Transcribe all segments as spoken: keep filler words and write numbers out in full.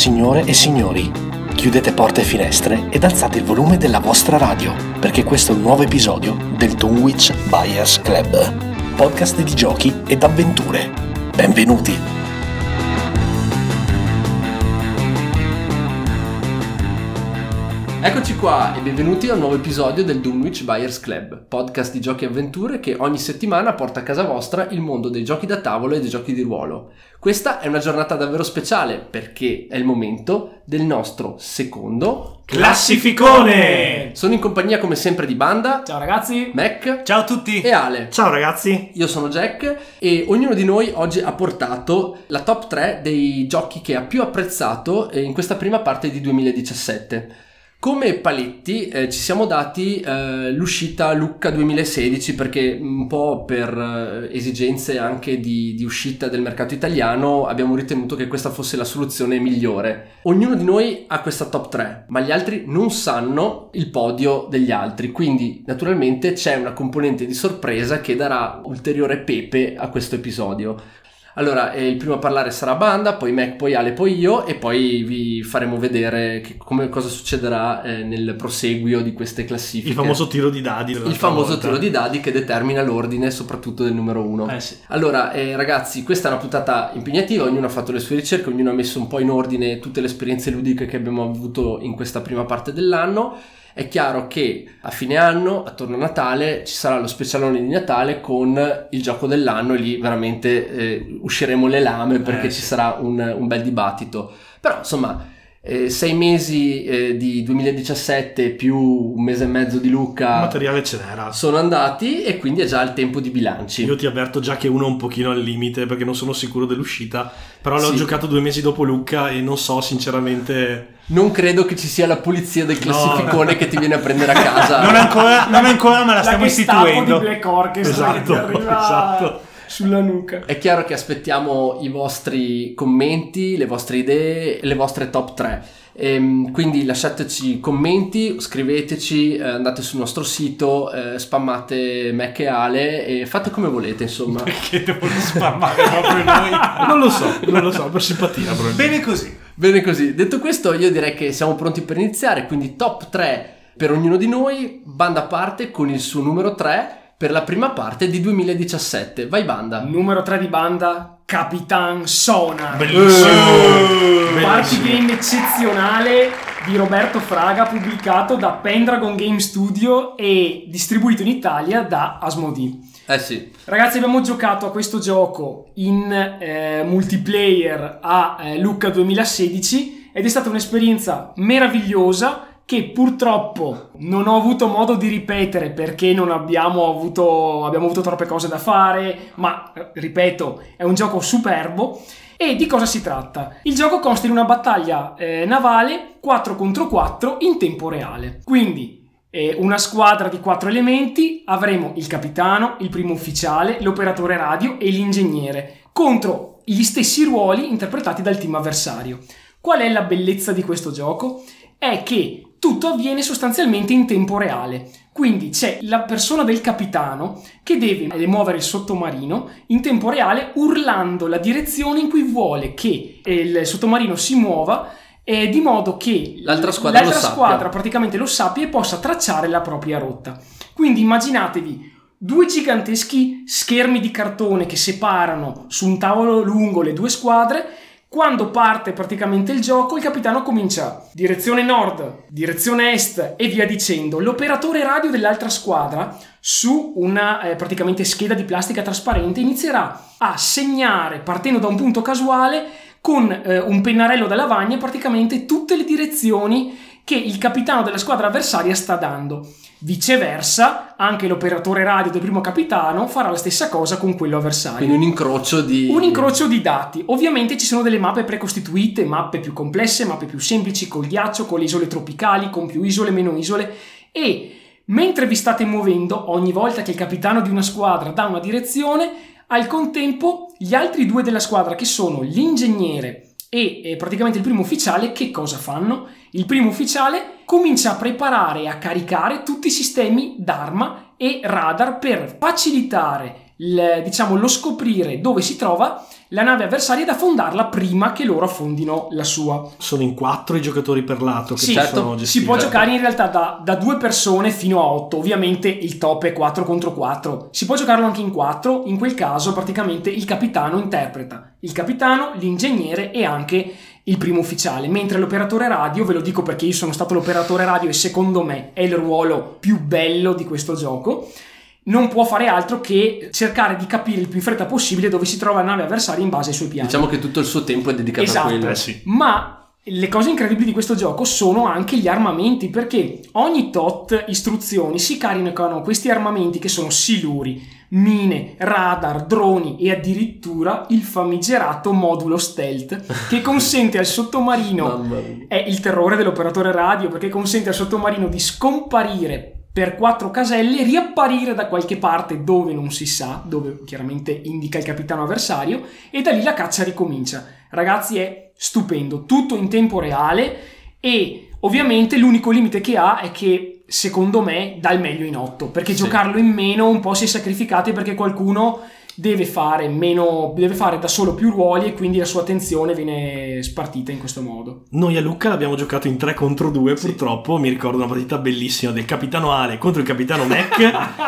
Signore e signori, chiudete porte e finestre ed alzate il volume della vostra radio, perché questo è un nuovo episodio del Dunwich Buyers Club, podcast di giochi ed avventure. Benvenuti! Eccoci qua e benvenuti a un nuovo episodio del Dunwich Buyers Club, podcast di giochi e avventure che ogni settimana porta a casa vostra il mondo dei giochi da tavolo e dei giochi di ruolo. Questa è una giornata davvero speciale perché è il momento del nostro secondo classificone! Sono in compagnia come sempre di Banda. Ciao ragazzi! Mac. Ciao a tutti! E Ale. Ciao ragazzi! Io sono Jack e ognuno di noi oggi ha portato la top tre dei giochi che ha più apprezzato in questa prima parte di duemiladiciassette. Come paletti eh, ci siamo dati eh, l'uscita Lucca duemilasedici perché un po' per eh, esigenze anche di, di uscita del mercato italiano abbiamo ritenuto che questa fosse la soluzione migliore. Ognuno di noi ha questa top tre, ma gli altri non sanno il podio degli altri, quindi naturalmente c'è una componente di sorpresa che darà ulteriore pepe a questo episodio. Allora, eh, il primo a parlare sarà Banda, poi Mac, poi Ale, poi io e poi vi faremo vedere che, come, cosa succederà eh, nel proseguio di queste classifiche. Il famoso tiro di dadi. Il famoso volta. tiro di dadi che determina l'ordine soprattutto del numero uno. Eh sì. Allora, eh, ragazzi, questa è una puntata impegnativa, ognuno ha fatto le sue ricerche, ognuno ha messo un po' in ordine tutte le esperienze ludiche che abbiamo avuto in questa prima parte dell'anno. È chiaro che a fine anno, attorno a Natale, ci sarà lo specialone di Natale con il gioco dell'anno e lì veramente eh, usciremo le lame perché eh, ci sì. sarà un, un bel dibattito. Però insomma, eh, sei mesi eh, di duemiladiciassette più un mese e mezzo di Lucca materiale ce n'era. sono andati e quindi è già il tempo di bilanci. Io ti avverto già che uno è un pochino al limite perché non sono sicuro dell'uscita, però l'ho Sì. giocato due mesi dopo Lucca e non so sinceramente... Non credo che ci sia la pulizia del classificone no. che ti viene a prendere a casa. Non ancora, non ancora ma la, La stiamo Gestapo istituendo. di Black Orchestra Esatto, che ti arriva esatto. sulla nuca. È chiaro che aspettiamo i vostri commenti, le vostre idee, le vostre top tre. Ehm, quindi lasciateci commenti, scriveteci, eh, andate sul nostro sito, eh, spammate Mac e Ale e fate come volete, insomma. Perché devono spammare proprio noi? Non lo so, non lo so, per simpatia probabilmente. Bene così. Bene così. Detto questo, io direi che siamo pronti per iniziare, quindi top tre per ognuno di noi. Banda parte con il suo numero tre per la prima parte di duemiladiciassette. Vai Banda. Numero tre di Banda, Capitan Sonar. Bellissimo! Party game eccezionale di Roberto Fraga, pubblicato da Pendragon Game Studio e distribuito in Italia da Asmodee. Eh sì. Ragazzi, abbiamo giocato a questo gioco in eh, multiplayer a eh, Lucca duemilasedici ed è stata un'esperienza meravigliosa che purtroppo non ho avuto modo di ripetere perché non abbiamo avuto, abbiamo avuto troppe cose da fare, ma ripeto, è un gioco superbo. E di cosa si tratta? Il gioco consta in una battaglia eh, navale quattro contro quattro in tempo reale. Quindi eh, una squadra di quattro elementi, avremo il capitano, il primo ufficiale, l'operatore radio e l'ingegnere contro gli stessi ruoli interpretati dal team avversario. Qual è la bellezza di questo gioco? È che tutto avviene sostanzialmente in tempo reale. Quindi c'è la persona del capitano che deve muovere il sottomarino in tempo reale urlando la direzione in cui vuole che il sottomarino si muova, eh, di modo che L'altra squadra l'altra lo sappia. squadra praticamente lo sappia e possa tracciare la propria rotta. Quindi immaginatevi due giganteschi schermi di cartone che separano su un tavolo lungo le due squadre. Quando parte praticamente il gioco, il capitano comincia direzione nord, direzione est e via dicendo. L'operatore radio dell'altra squadra, su una eh, praticamente scheda di plastica trasparente, inizierà a segnare, partendo da un punto casuale, con eh, un pennarello da lavagna, praticamente tutte le direzioni che il capitano della squadra avversaria sta dando. Viceversa, anche l'operatore radio del primo capitano farà la stessa cosa con quello avversario. Quindi un incrocio di... Un incrocio di dati. Ovviamente ci sono delle mappe precostituite, mappe più complesse, mappe più semplici, col ghiaccio, con le isole tropicali, con più isole, meno isole. E mentre vi state muovendo, ogni volta che il capitano di una squadra dà una direzione, al contempo gli altri due della squadra, che sono l'ingegnere e eh, praticamente il primo ufficiale, che cosa fanno? Il primo ufficiale comincia a preparare e a caricare tutti i sistemi d'arma e radar per facilitare il, diciamo, lo scoprire dove si trova la nave avversaria ed affondarla prima che loro affondino la sua. Sono in quattro i giocatori per lato che Sì, certo. possono Si gestire. può giocare in realtà da, da due persone fino a otto, ovviamente il top è quattro contro quattro. Si può giocarlo anche in quattro, in quel caso praticamente il capitano interpreta il capitano, l'ingegnere e anche il primo ufficiale, mentre l'operatore radio, ve lo dico perché io sono stato l'operatore radio e secondo me è il ruolo più bello di questo gioco, non può fare altro che cercare di capire il più in fretta possibile dove si trova la nave avversaria in base ai suoi piani. Diciamo che tutto il suo tempo è dedicato Esatto. a quello. Eh sì. Ma le cose incredibili di questo gioco sono anche gli armamenti, perché ogni tot istruzioni si caricano questi armamenti che sono siluri, mine, radar, droni e addirittura il famigerato modulo stealth che consente al sottomarino, Mamma mia. è il terrore dell'operatore radio, perché consente al sottomarino di scomparire per quattro caselle, riapparire da qualche parte dove non si sa, dove chiaramente indica il capitano avversario, e da lì la caccia ricomincia. Ragazzi, è stupendo, tutto in tempo reale, e ovviamente l'unico limite che ha è che secondo me dà il meglio in otto, perché Sì. giocarlo in meno un po' si è sacrificati, perché qualcuno deve fare meno, deve fare da solo più ruoli e quindi la sua attenzione viene spartita in questo modo. Noi a Lucca l'abbiamo giocato in tre contro due, purtroppo. Mi ricordo una partita bellissima del capitano Ale contro il capitano Mac.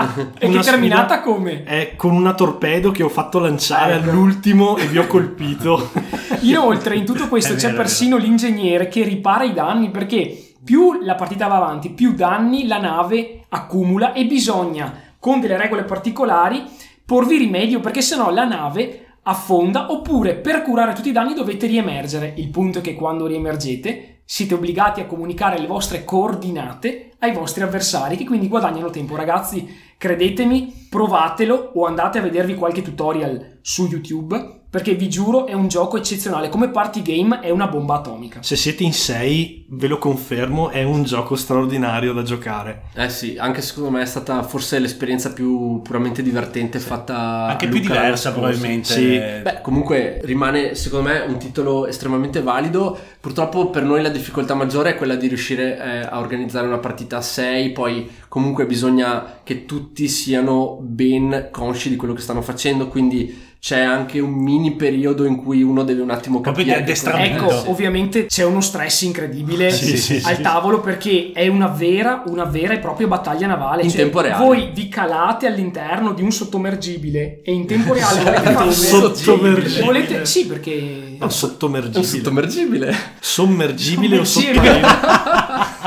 E Una che è terminata sfida- come? È con una torpedo che ho fatto lanciare Ecco. all'ultimo e vi ho colpito. Inoltre in tutto questo È c'è vero, è persino l'ingegnere che ripara i danni, perché più la partita va avanti, più danni la nave accumula e bisogna, con delle regole particolari, porvi rimedio, perché sennò la nave affonda, oppure per curare tutti i danni dovete riemergere. Il punto è che quando riemergete siete obbligati a comunicare le vostre coordinate ai vostri avversari, che quindi guadagnano tempo. Ragazzi, credetemi, provatelo o andate a vedervi qualche tutorial su YouTube, perché vi giuro è un gioco eccezionale. Come party game è una bomba atomica. Se siete in sei, ve lo confermo, è un gioco straordinario da giocare. Eh sì, anche secondo me è stata forse l'esperienza più puramente divertente fatta Anche a più Lucca diversa l'anno scorso. probabilmente. Sì. Beh, comunque rimane secondo me un titolo estremamente valido. Purtroppo per noi la difficoltà maggiore è quella di riuscire eh, a organizzare una partita a sei, poi comunque bisogna che tutti siano ben consci di quello che stanno facendo, quindi c'è anche un mini periodo in cui uno deve un attimo Proprio capire di che cosa- addestramento. Ecco, ovviamente c'è uno stress incredibile Sì, sì, al sì. tavolo, perché è una vera, una vera e propria battaglia navale. In Cioè, tempo reale. voi vi calate all'interno di un sottomergibile e in tempo reale volete fare un Sottomergibile. volete sì, perché No, un sottomergibile. sottomergibile. Sommergibile o Sommergibile. sottomarino?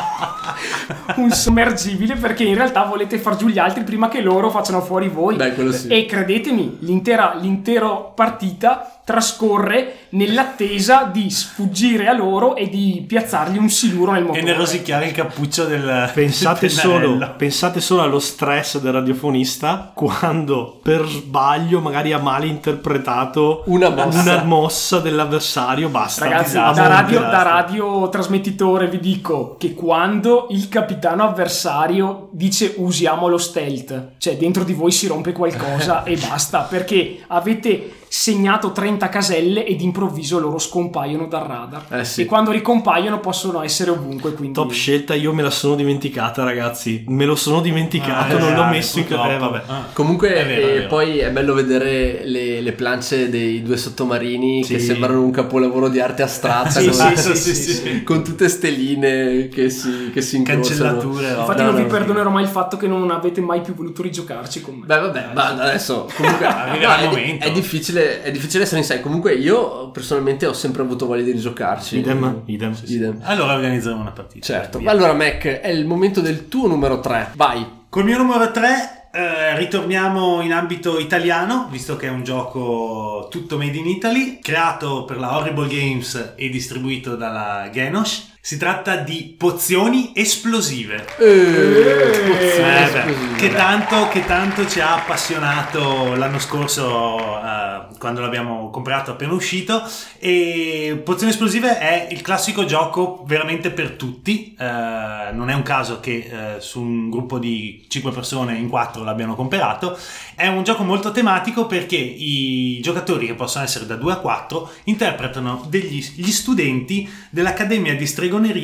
un sommergibile, perché in realtà volete far giù gli altri prima che loro facciano fuori voi. Beh, quello sì. E credetemi, l'intera, l'intera partita trascorre nell'attesa di sfuggire a loro e di piazzargli un siluro nel E motore. nel rosicchiare il cappuccio del Pensate del solo, pennarello. pensate solo allo stress del radiofonista quando per sbaglio magari ha male interpretato Una mossa. una mossa dell'avversario. Basta. Ragazzi, A da monte. radio, da radio trasmettitore vi dico che quando il capitano avversario dice usiamo lo stealth, cioè dentro di voi si rompe qualcosa e basta, perché avete segnato trenta caselle ed improvviso loro scompaiono dal radar. Eh sì. E quando ricompaiono possono essere ovunque, quindi Top scelta, io me la sono dimenticata, ragazzi. Me lo sono dimenticato, Ah, non eh, l'ho eh, messo in purtroppo. eh, vabbè. Ah. Comunque È vero, è eh, vero. poi è bello vedere le, le plance dei due sottomarini Sì. che sembrano un capolavoro di arte astratta, Sì, con, sì, sì, sì, sì. con tutte steline che si, che si incrociano. Cancellature, no? infatti No, non no, vi no. perdonerò mai il fatto che non avete mai più voluto rigiocarci con me. Beh vabbè, ma adesso comunque Arriverà il è, momento. è difficile, è difficile essere in sé. Comunque io personalmente ho sempre avuto voglia di rigiocarci. Idem, idem. Idem. Allora organizzeremo una partita. Certo. Via. Allora Mac, è il momento del tuo numero tre. Vai. Col mio numero tre eh, ritorniamo in ambito italiano, visto che è un gioco tutto made in Italy, creato per la Horrible Games e distribuito dalla Genosh. Si tratta di pozioni esplosive. Eh, beh, che tanto, che tanto ci ha appassionato l'anno scorso eh, quando l'abbiamo comprato appena uscito. E Pozioni Esplosive è il classico gioco veramente per tutti. Eh, non è un caso che eh, su un gruppo di cinque persone in quattro l'abbiano comprato. È un gioco molto tematico perché i giocatori, che possono essere da due a quattro, interpretano degli gli studenti dell'Accademia di Stregoneria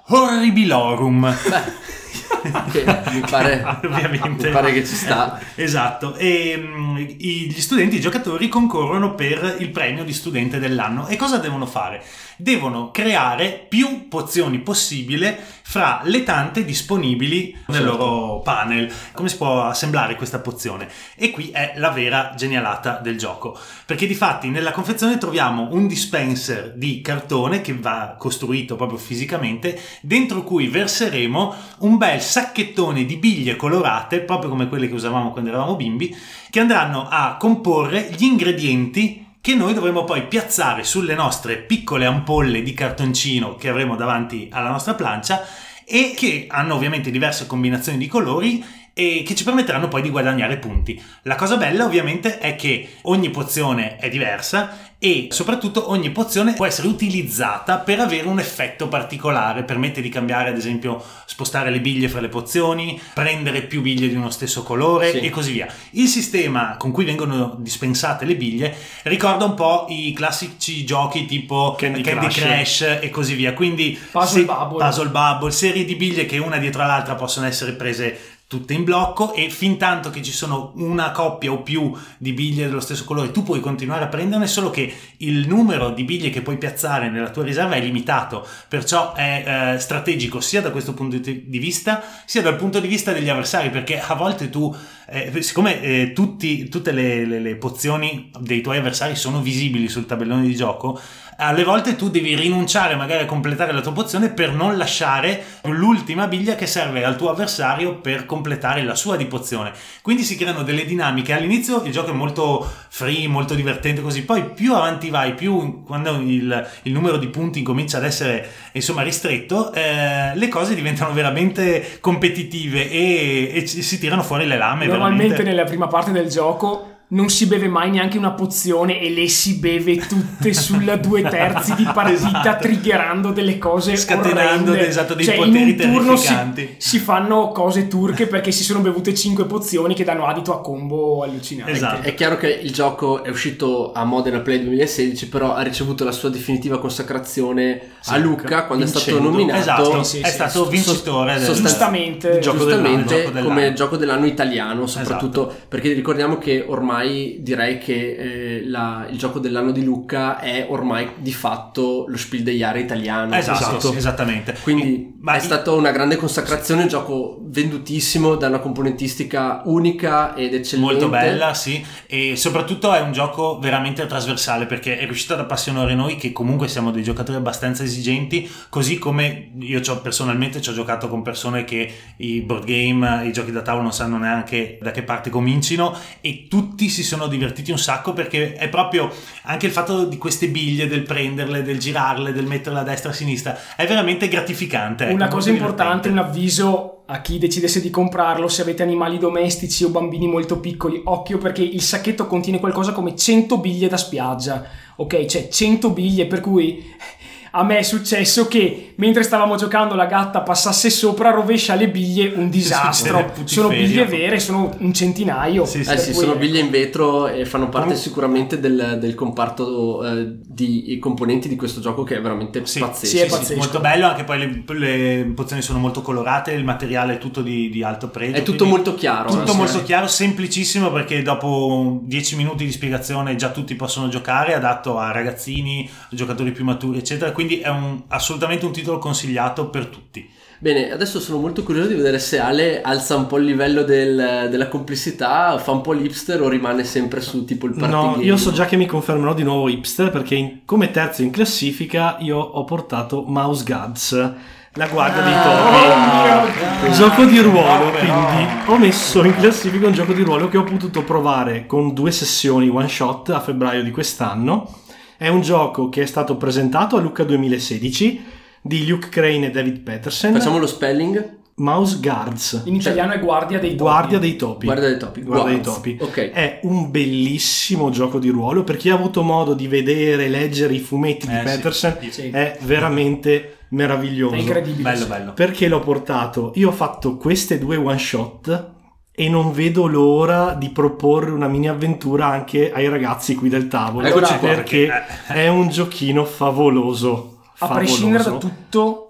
Horribilorum. Beh, che mi pare, Ovviamente. mi pare che ci sta. Esatto, e mh, gli studenti, i giocatori concorrono per il premio di studente dell'anno. E cosa devono fare? Devono creare più pozioni possibile fra le tante disponibili nel Certo. loro panel. Come si può assemblare questa pozione? E qui è la vera genialata del gioco, perché difatti nella confezione troviamo un dispenser di cartone che va costruito proprio fisicamente, dentro cui verseremo un bel sacchettone di biglie colorate, proprio come quelle che usavamo quando eravamo bimbi, che andranno a comporre gli ingredienti che noi dovremo poi piazzare sulle nostre piccole ampolle di cartoncino che avremo davanti alla nostra plancia, e che hanno ovviamente diverse combinazioni di colori e che ci permetteranno poi di guadagnare punti. La cosa bella ovviamente è che ogni pozione è diversa e soprattutto ogni pozione può essere utilizzata per avere un effetto particolare. Permette di cambiare, ad esempio, spostare le biglie fra le pozioni, prendere più biglie di uno stesso colore, sì, e così via. Il sistema con cui vengono dispensate le biglie ricorda un po' i classici giochi tipo Candy Candy Crush. Crush e così via. Quindi Puzzle se- Bubble. Puzzle Bubble, serie di biglie che una dietro l'altra possono essere prese tutte in blocco, e fin tanto che ci sono una coppia o più di biglie dello stesso colore tu puoi continuare a prenderne, solo che il numero di biglie che puoi piazzare nella tua riserva è limitato, perciò è eh, strategico sia da questo punto di vista sia dal punto di vista degli avversari, perché a volte tu eh, siccome eh, tutti, tutte le, le, le pozioni dei tuoi avversari sono visibili sul tabellone di gioco, alle volte tu devi rinunciare magari a completare la tua pozione per non lasciare l'ultima biglia che serve al tuo avversario per completare la sua di pozione. Quindi si creano delle dinamiche. All'inizio il gioco è molto free, molto divertente così, poi più avanti vai, più quando il, il numero di punti comincia ad essere insomma ristretto, eh, le cose diventano veramente competitive e, e si tirano fuori le lame. Normalmente veramente. nella prima parte del gioco non si beve mai neanche una pozione e le si beve tutte sulla due terzi di partita, Esatto. triggerando delle cose Scatenando, orrende. esatto, dei cioè, poteri in un turno si, terrificanti. si fanno cose turche perché si sono bevute cinque pozioni che danno adito a combo allucinanti. Esatto. È chiaro che il gioco è uscito a Modena Play duemilasedici, però ha ricevuto la sua definitiva consacrazione a Lucca quando è stato vincendo. nominato. Esatto, sì, è sì, stato sì, vincitore del sostanzi- Giustamente. del gioco dell'anno, giustamente gioco dell'anno. come gioco dell'anno italiano, soprattutto Esatto. perché ricordiamo che ormai direi che eh, la- il gioco dell'anno di Lucca è ormai di fatto lo Spiel des Jahres italiano. Esatto, Esatto. esattamente. Quindi Ma è i- stata una grande consacrazione, un gioco vendutissimo, da una componentistica unica ed eccellente. molto bella, sì, e soprattutto è un gioco veramente trasversale perché è riuscito ad appassionare noi che comunque siamo dei giocatori abbastanza esigenti, così come io c'ho, personalmente ci ho giocato con persone che i board game, i giochi da tavolo non sanno neanche da che parte comincino, e tutti si sono divertiti un sacco perché è proprio anche il fatto di queste biglie, del prenderle, del girarle, del metterle a destra e a sinistra, è veramente gratificante. Una ecco, cosa molto importante, un divertente. avviso a chi decidesse di comprarlo: se avete animali domestici o bambini molto piccoli, occhio, perché il sacchetto contiene qualcosa come cento biglie da spiaggia, ok? Cioè cento biglie, per cui a me è successo che mentre stavamo giocando la gatta passasse sopra, rovescia le biglie, un disastro. Putti Sono feria. biglie vere, sono un centinaio. Sì, sì. Eh Per sì, cui, sono ecco, biglie in vetro e fanno parte Comunque- sicuramente del, del comparto eh, di componenti di questo gioco, che è veramente Sì, pazzesco. sì, è pazzesco. molto bello, anche poi le, le pozioni sono molto colorate, il materiale è tutto di, di alto pregio, È tutto quindi molto chiaro. tutto eh, molto sì. chiaro, semplicissimo, perché dopo dieci minuti di spiegazione già tutti possono giocare, adatto a ragazzini, giocatori più maturi eccetera, quindi è un, assolutamente un titolo consigliato per tutti. Bene, adesso sono molto curioso di vedere se Ale alza un po' il livello del- della complessità, fa un po' l'hipster o rimane sempre su tipo il party No, game. io so già che mi confermerò di nuovo hipster, perché in- come terzo in classifica io ho portato Mouse Guards, la guardia dei topi. Un gioco di ruolo, No, però- quindi ho messo in classifica un gioco di ruolo che ho potuto provare con due sessioni one shot a febbraio di quest'anno. È un gioco che è stato presentato a Lucca duemilasedici di Luke Crane e David Peterson. Facciamo lo spelling. Mouse Guards, in italiano è guardia dei topi. guardia dei topi. Guardia dei topi. Guardia dei Guards. topi. Ok. È un bellissimo gioco di ruolo. Per chi ha avuto modo di vedere, leggere i fumetti di Eh, sì. Peterson, Sì. è veramente meraviglioso. È incredibile. Bello sì. bello. Perché l'ho portato? Io ho fatto queste due one shot e non vedo l'ora di proporre una mini avventura anche ai ragazzi qui del tavolo. Eccoci qua, perché perché- è un giochino favoloso. A prescindere da favoloso. tutto,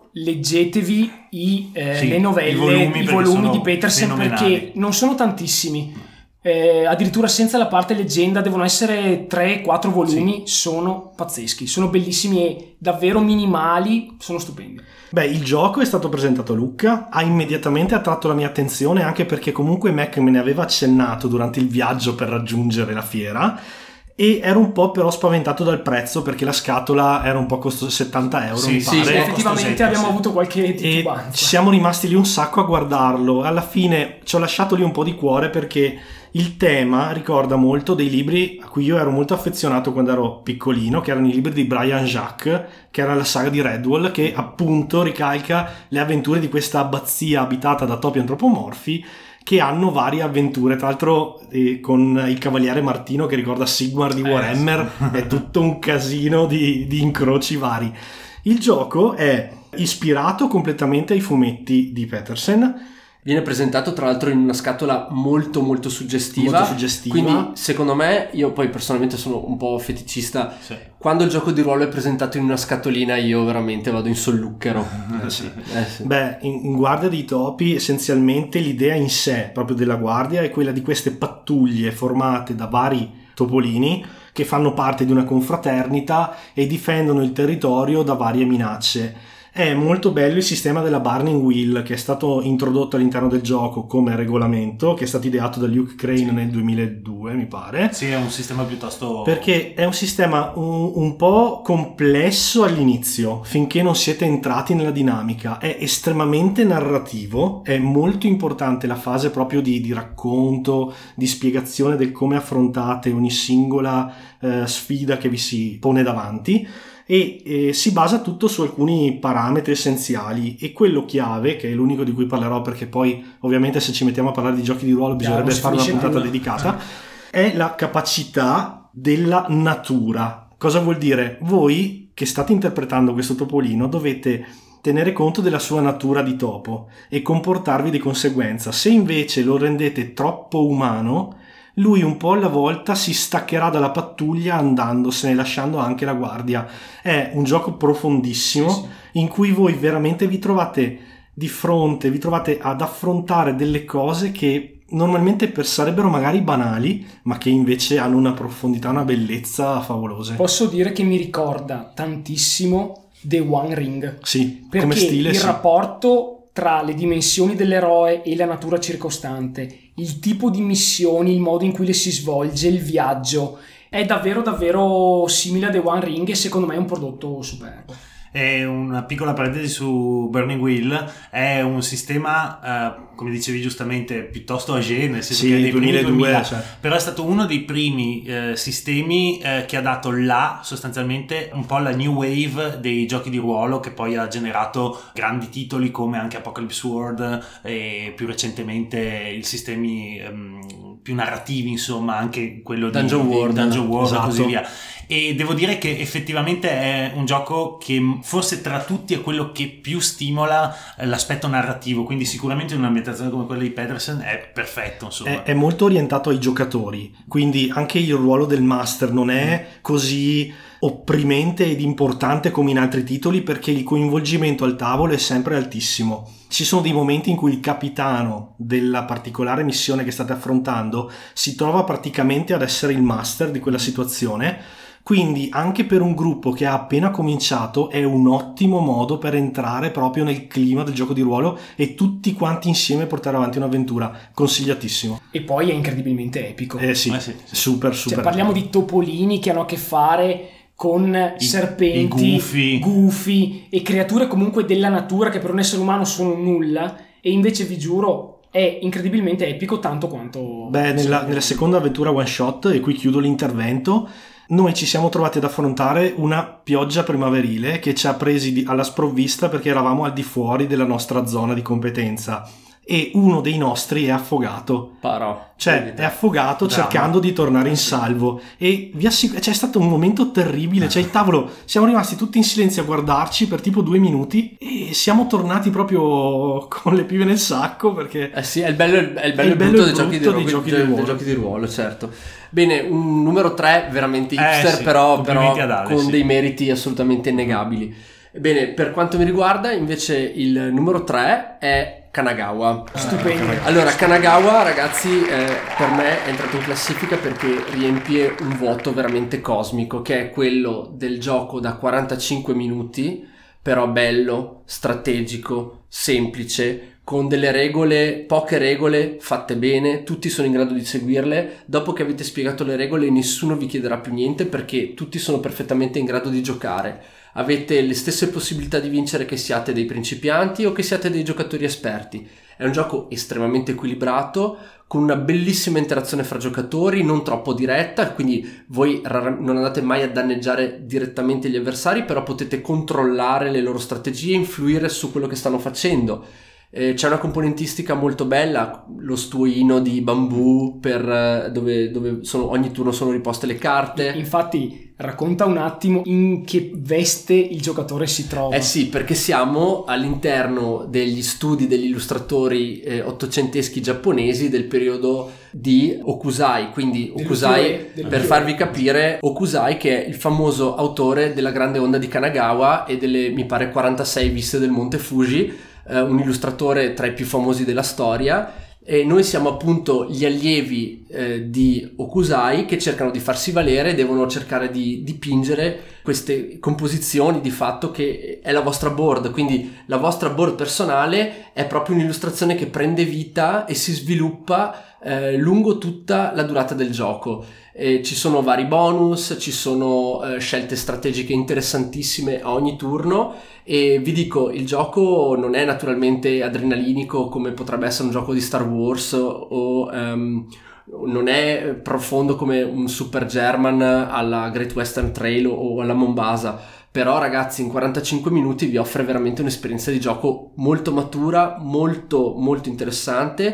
leggetevi i, eh, Sì, le novelle, i volumi, i volumi sono di Petersen, fenomenali. perché non sono tantissimi. Eh, addirittura senza la parte leggenda devono essere tre quattro volumi, sono pazzeschi, sono bellissimi e davvero minimali, sono stupendi. Beh, il gioco è stato presentato a Lucca, ha immediatamente attratto la mia attenzione, anche perché comunque Mac me ne aveva accennato durante il viaggio per raggiungere la fiera, e ero un po' però spaventato dal prezzo, perché la scatola era un po' costosa, settanta euro Sì, mi sì, pare. sì, Effettivamente costosetta, abbiamo sì. avuto qualche E titubanza. ci siamo rimasti lì un sacco a guardarlo. Alla fine ci ho lasciato lì un po' di cuore, perché il tema ricorda molto dei libri a cui io ero molto affezionato quando ero piccolino, che erano i libri di Brian Jacques, che era la saga di Redwall, che appunto ricalca le avventure di questa abbazia abitata da topi antropomorfi, che hanno varie avventure, tra l'altro eh, con il cavaliere Martino che ricorda Sigmar di Warhammer, Eh, sì. è tutto un casino di, di incroci vari. Il gioco è ispirato completamente ai fumetti di Petersen. Viene presentato tra l'altro in una scatola molto molto suggestiva, Molto suggestiva. quindi secondo me, io poi personalmente sono un po' feticista, Sì. quando il gioco di ruolo è presentato in una scatolina io veramente vado in solluchero. Eh sì. Eh sì. Beh, in, in Guardia dei Topi essenzialmente l'idea in sé proprio della guardia è quella di queste pattuglie formate da vari topolini che fanno parte di una confraternita e difendono il territorio da varie minacce. È molto bello il sistema della Burning Wheel, che è stato introdotto all'interno del gioco come regolamento, che è stato ideato da Luke Crane nel duemiladue, mi pare. Sì, è un sistema piuttosto... Perché è un sistema un, un po' complesso all'inizio, finché non siete entrati nella dinamica. È estremamente narrativo, è molto importante la fase proprio di, di racconto, di spiegazione del come affrontate ogni singola eh, sfida che vi si pone davanti. E eh, si basa tutto su alcuni parametri essenziali, e quello chiave, che è l'unico di cui parlerò, perché poi ovviamente se ci mettiamo a parlare di giochi di ruolo bisognerebbe non si fare una finisce puntata più. dedicata, è la capacità della natura. Cosa vuol dire? Voi che state interpretando questo topolino dovete tenere conto della sua natura di topo e comportarvi di conseguenza. Se invece lo rendete troppo umano, lui un po' alla volta si staccherà dalla pattuglia andandosene, lasciando anche la guardia. È un gioco profondissimo, Sì, sì. in cui voi veramente vi trovate di fronte, vi trovate ad affrontare delle cose che normalmente per sarebbero magari banali, ma che invece hanno una profondità, una bellezza favolose. Posso dire che mi ricorda tantissimo The One Ring, Sì, perché come stile il sì. rapporto tra le dimensioni dell'eroe e la natura circostante, il tipo di missioni, il modo in cui le si svolge, il viaggio, è davvero davvero simile a The One Ring e secondo me è un prodotto superbo. È una piccola parentesi su Burning Wheel, è un sistema, eh, come dicevi giustamente, piuttosto âgé, nel senso Sì, che è dei primi duemiladue, duemila, cioè. però è stato uno dei primi eh, sistemi eh, che ha dato là sostanzialmente un po' la new wave dei giochi di ruolo, che poi ha generato grandi titoli come anche Apocalypse World e più recentemente i sistemi ehm, più narrativi, insomma anche quello Dungeon di, World, di Dungeon World esatto. e così via. E devo dire che effettivamente è un gioco che forse tra tutti è quello che più stimola l'aspetto narrativo, quindi sicuramente in un'ambientazione come quella di Petersen è perfetto, insomma. È, è molto orientato ai giocatori, quindi anche il ruolo del master non è così opprimente ed importante come in altri titoli, perché il coinvolgimento al tavolo è sempre altissimo. Ci sono dei momenti in cui il capitano della particolare missione che state affrontando si trova praticamente ad essere il master di quella situazione. Quindi anche per un gruppo che ha appena cominciato è un ottimo modo per entrare proprio nel clima del gioco di ruolo e tutti quanti insieme portare avanti un'avventura. Consigliatissimo. E poi è incredibilmente epico. Eh sì, Eh sì, sì. super super. Cioè, parliamo di topolini che hanno a che fare con I- serpenti, i gufi. gufi e creature comunque della natura che per un essere umano sono nulla, e invece vi giuro è incredibilmente epico tanto quanto... Beh, nella, nella seconda avventura one shot, e qui chiudo l'intervento, noi ci siamo trovati ad affrontare una pioggia primaverile che ci ha presi di- alla sprovvista, perché eravamo al di fuori della nostra zona di competenza e uno dei nostri è affogato. Parò. Cioè è affogato Dramma. cercando di tornare in salvo, e vi assicuro, c'è stato un momento terribile, cioè il tavolo, siamo rimasti tutti in silenzio a guardarci per tipo due minuti e siamo tornati proprio con le pive nel sacco, perché Eh sì, è il bello, è il bello, È il e bello brutto e dei il giochi di, brutto ruolo, dei giochi di dei ruolo. giochi di ruolo, certo. Bene, un numero tre veramente Eh hipster, sì, però, complimenti però ad Ale, con sì. dei meriti assolutamente innegabili. Ebbene, per quanto mi riguarda, invece il numero tre è Kanagawa. Stupendo. Allora, Kanagawa, ragazzi, eh, per me è entrato in classifica perché riempie un vuoto veramente cosmico, che è quello del gioco da quarantacinque minuti, però bello, strategico, semplice, con delle regole, poche regole fatte bene, tutti sono in grado di seguirle. Dopo che avete spiegato le regole, nessuno vi chiederà più niente perché tutti sono perfettamente in grado di giocare. Avete le stesse possibilità di vincere che siate dei principianti o che siate dei giocatori esperti. È un gioco estremamente equilibrato, con una bellissima interazione fra giocatori, non troppo diretta, quindi voi non andate mai a danneggiare direttamente gli avversari, però potete controllare le loro strategie, influire su quello che stanno facendo. Eh, c'è una componentistica molto bella, lo stuoino di bambù per, dove, dove sono, ogni turno sono riposte le carte. Infatti racconta un attimo in che veste il giocatore si trova. Eh sì, perché siamo all'interno degli studi degli illustratori eh, ottocenteschi giapponesi del periodo di Hokusai, quindi Hokusai, per farvi capire, Hokusai che è il famoso autore della grande onda di Kanagawa e delle, mi pare, quarantasei viste del Monte Fuji, un illustratore tra i più famosi della storia, e noi siamo appunto gli allievi eh, di Hokusai che cercano di farsi valere, devono cercare di dipingere queste composizioni di fatto che è la vostra board, quindi la vostra board personale è proprio un'illustrazione che prende vita e si sviluppa eh, lungo tutta la durata del gioco. E ci sono vari bonus, ci sono eh, scelte strategiche interessantissime a ogni turno, e vi dico, il gioco non è naturalmente adrenalinico come potrebbe essere un gioco di Star Wars o um, non è profondo come un Super German alla Great Western Trail o alla Mombasa, però ragazzi in quarantacinque minuti vi offre veramente un'esperienza di gioco molto matura, molto molto interessante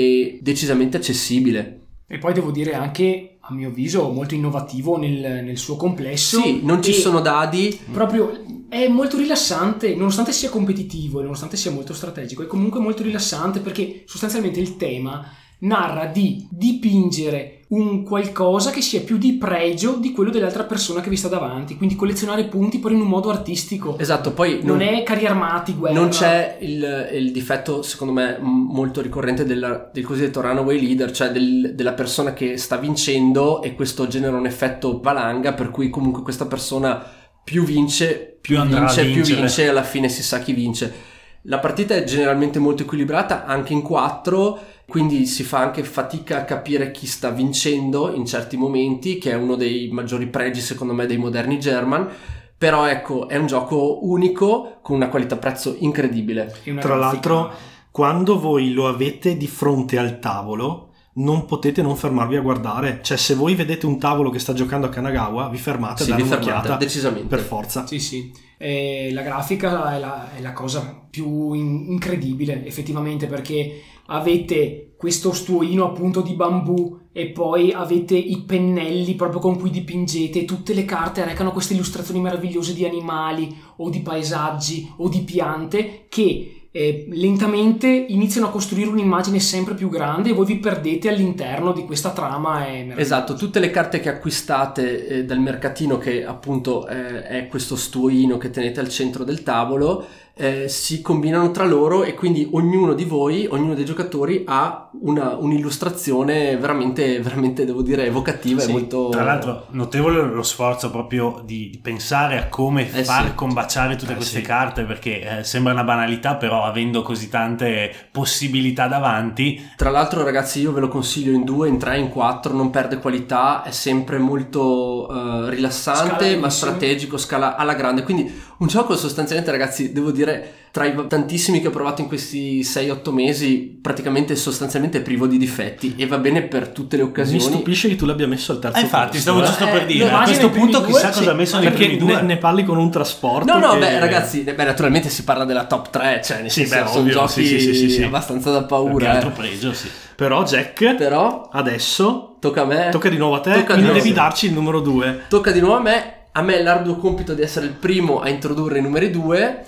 e decisamente accessibile. E poi devo dire anche, a mio avviso, molto innovativo nel, nel suo complesso. Sì, non ci sono dadi. Proprio è molto rilassante, nonostante sia competitivo e nonostante sia molto strategico, è comunque molto rilassante perché sostanzialmente il tema narra di dipingere un qualcosa che sia più di pregio di quello dell'altra persona che vi sta davanti, quindi collezionare punti però in un modo artistico. Esatto, poi non, non è carri armati, guerra. Non c'è il, il difetto, secondo me, molto ricorrente della, del cosiddetto runaway leader, cioè del, della persona che sta vincendo e questo genera un effetto valanga, per cui comunque questa persona più vince, più, più vince, più vince e alla fine si sa chi vince. La partita è generalmente molto equilibrata, anche in quattro, quindi si fa anche fatica a capire chi sta vincendo in certi momenti, che è uno dei maggiori pregi secondo me dei moderni German. Però ecco, è un gioco unico con una qualità prezzo incredibile. Tra l'altro, quando voi lo avete di fronte al tavolo non potete non fermarvi a guardare, cioè se voi vedete un tavolo che sta giocando a Kanagawa vi fermate sì, a dare vi un'occhiata, fermate, decisamente, per forza. Sì sì, e la grafica è la, è la cosa più in, incredibile effettivamente, perché avete questo stuoino appunto di bambù e poi avete i pennelli proprio con cui dipingete, tutte le carte recano queste illustrazioni meravigliose di animali o di paesaggi o di piante che Eh, lentamente iniziano a costruire un'immagine sempre più grande e voi vi perdete all'interno di questa trama. È esatto, tutte le carte che acquistate eh, dal mercatino, che appunto eh, è questo stuoino che tenete al centro del tavolo, eh, si combinano tra loro e quindi ognuno di voi, ognuno dei giocatori ha una, un'illustrazione veramente, veramente devo dire evocativa. Sì, e molto... Tra l'altro notevole lo sforzo proprio di, di pensare a come eh far sì. combaciare tutte eh queste sì. carte, perché eh, sembra una banalità, però avendo così tante possibilità davanti. Tra l'altro ragazzi, io ve lo consiglio in due, in tre, in quattro, non perde qualità, è sempre molto uh, rilassante ma strategico, scala alla grande, quindi un gioco sostanzialmente ragazzi, devo dire, tra i tantissimi che ho provato in questi sei otto mesi, praticamente sostanzialmente privo di difetti e va bene per tutte le occasioni. Mi stupisce che tu l'abbia messo al terzo eh, infatti posto, stavo eh? giusto per Eh, dire, a questo punto chissà cosa ha messo nei primi due. Ne, ne parli con un trasporto no no che... beh ragazzi, beh, naturalmente si parla della top tre, cioè nel Sì, senso, beh, sono ovvio, giochi sì, sì, sì, sì. abbastanza da paura. Che altro eh. pregio, sì. Però Jack, Però adesso tocca a me, tocca di nuovo a te, Tocca quindi di devi nuovo. darci il numero due. Tocca di nuovo a me. A me è l'arduo compito di essere il primo a introdurre i numeri due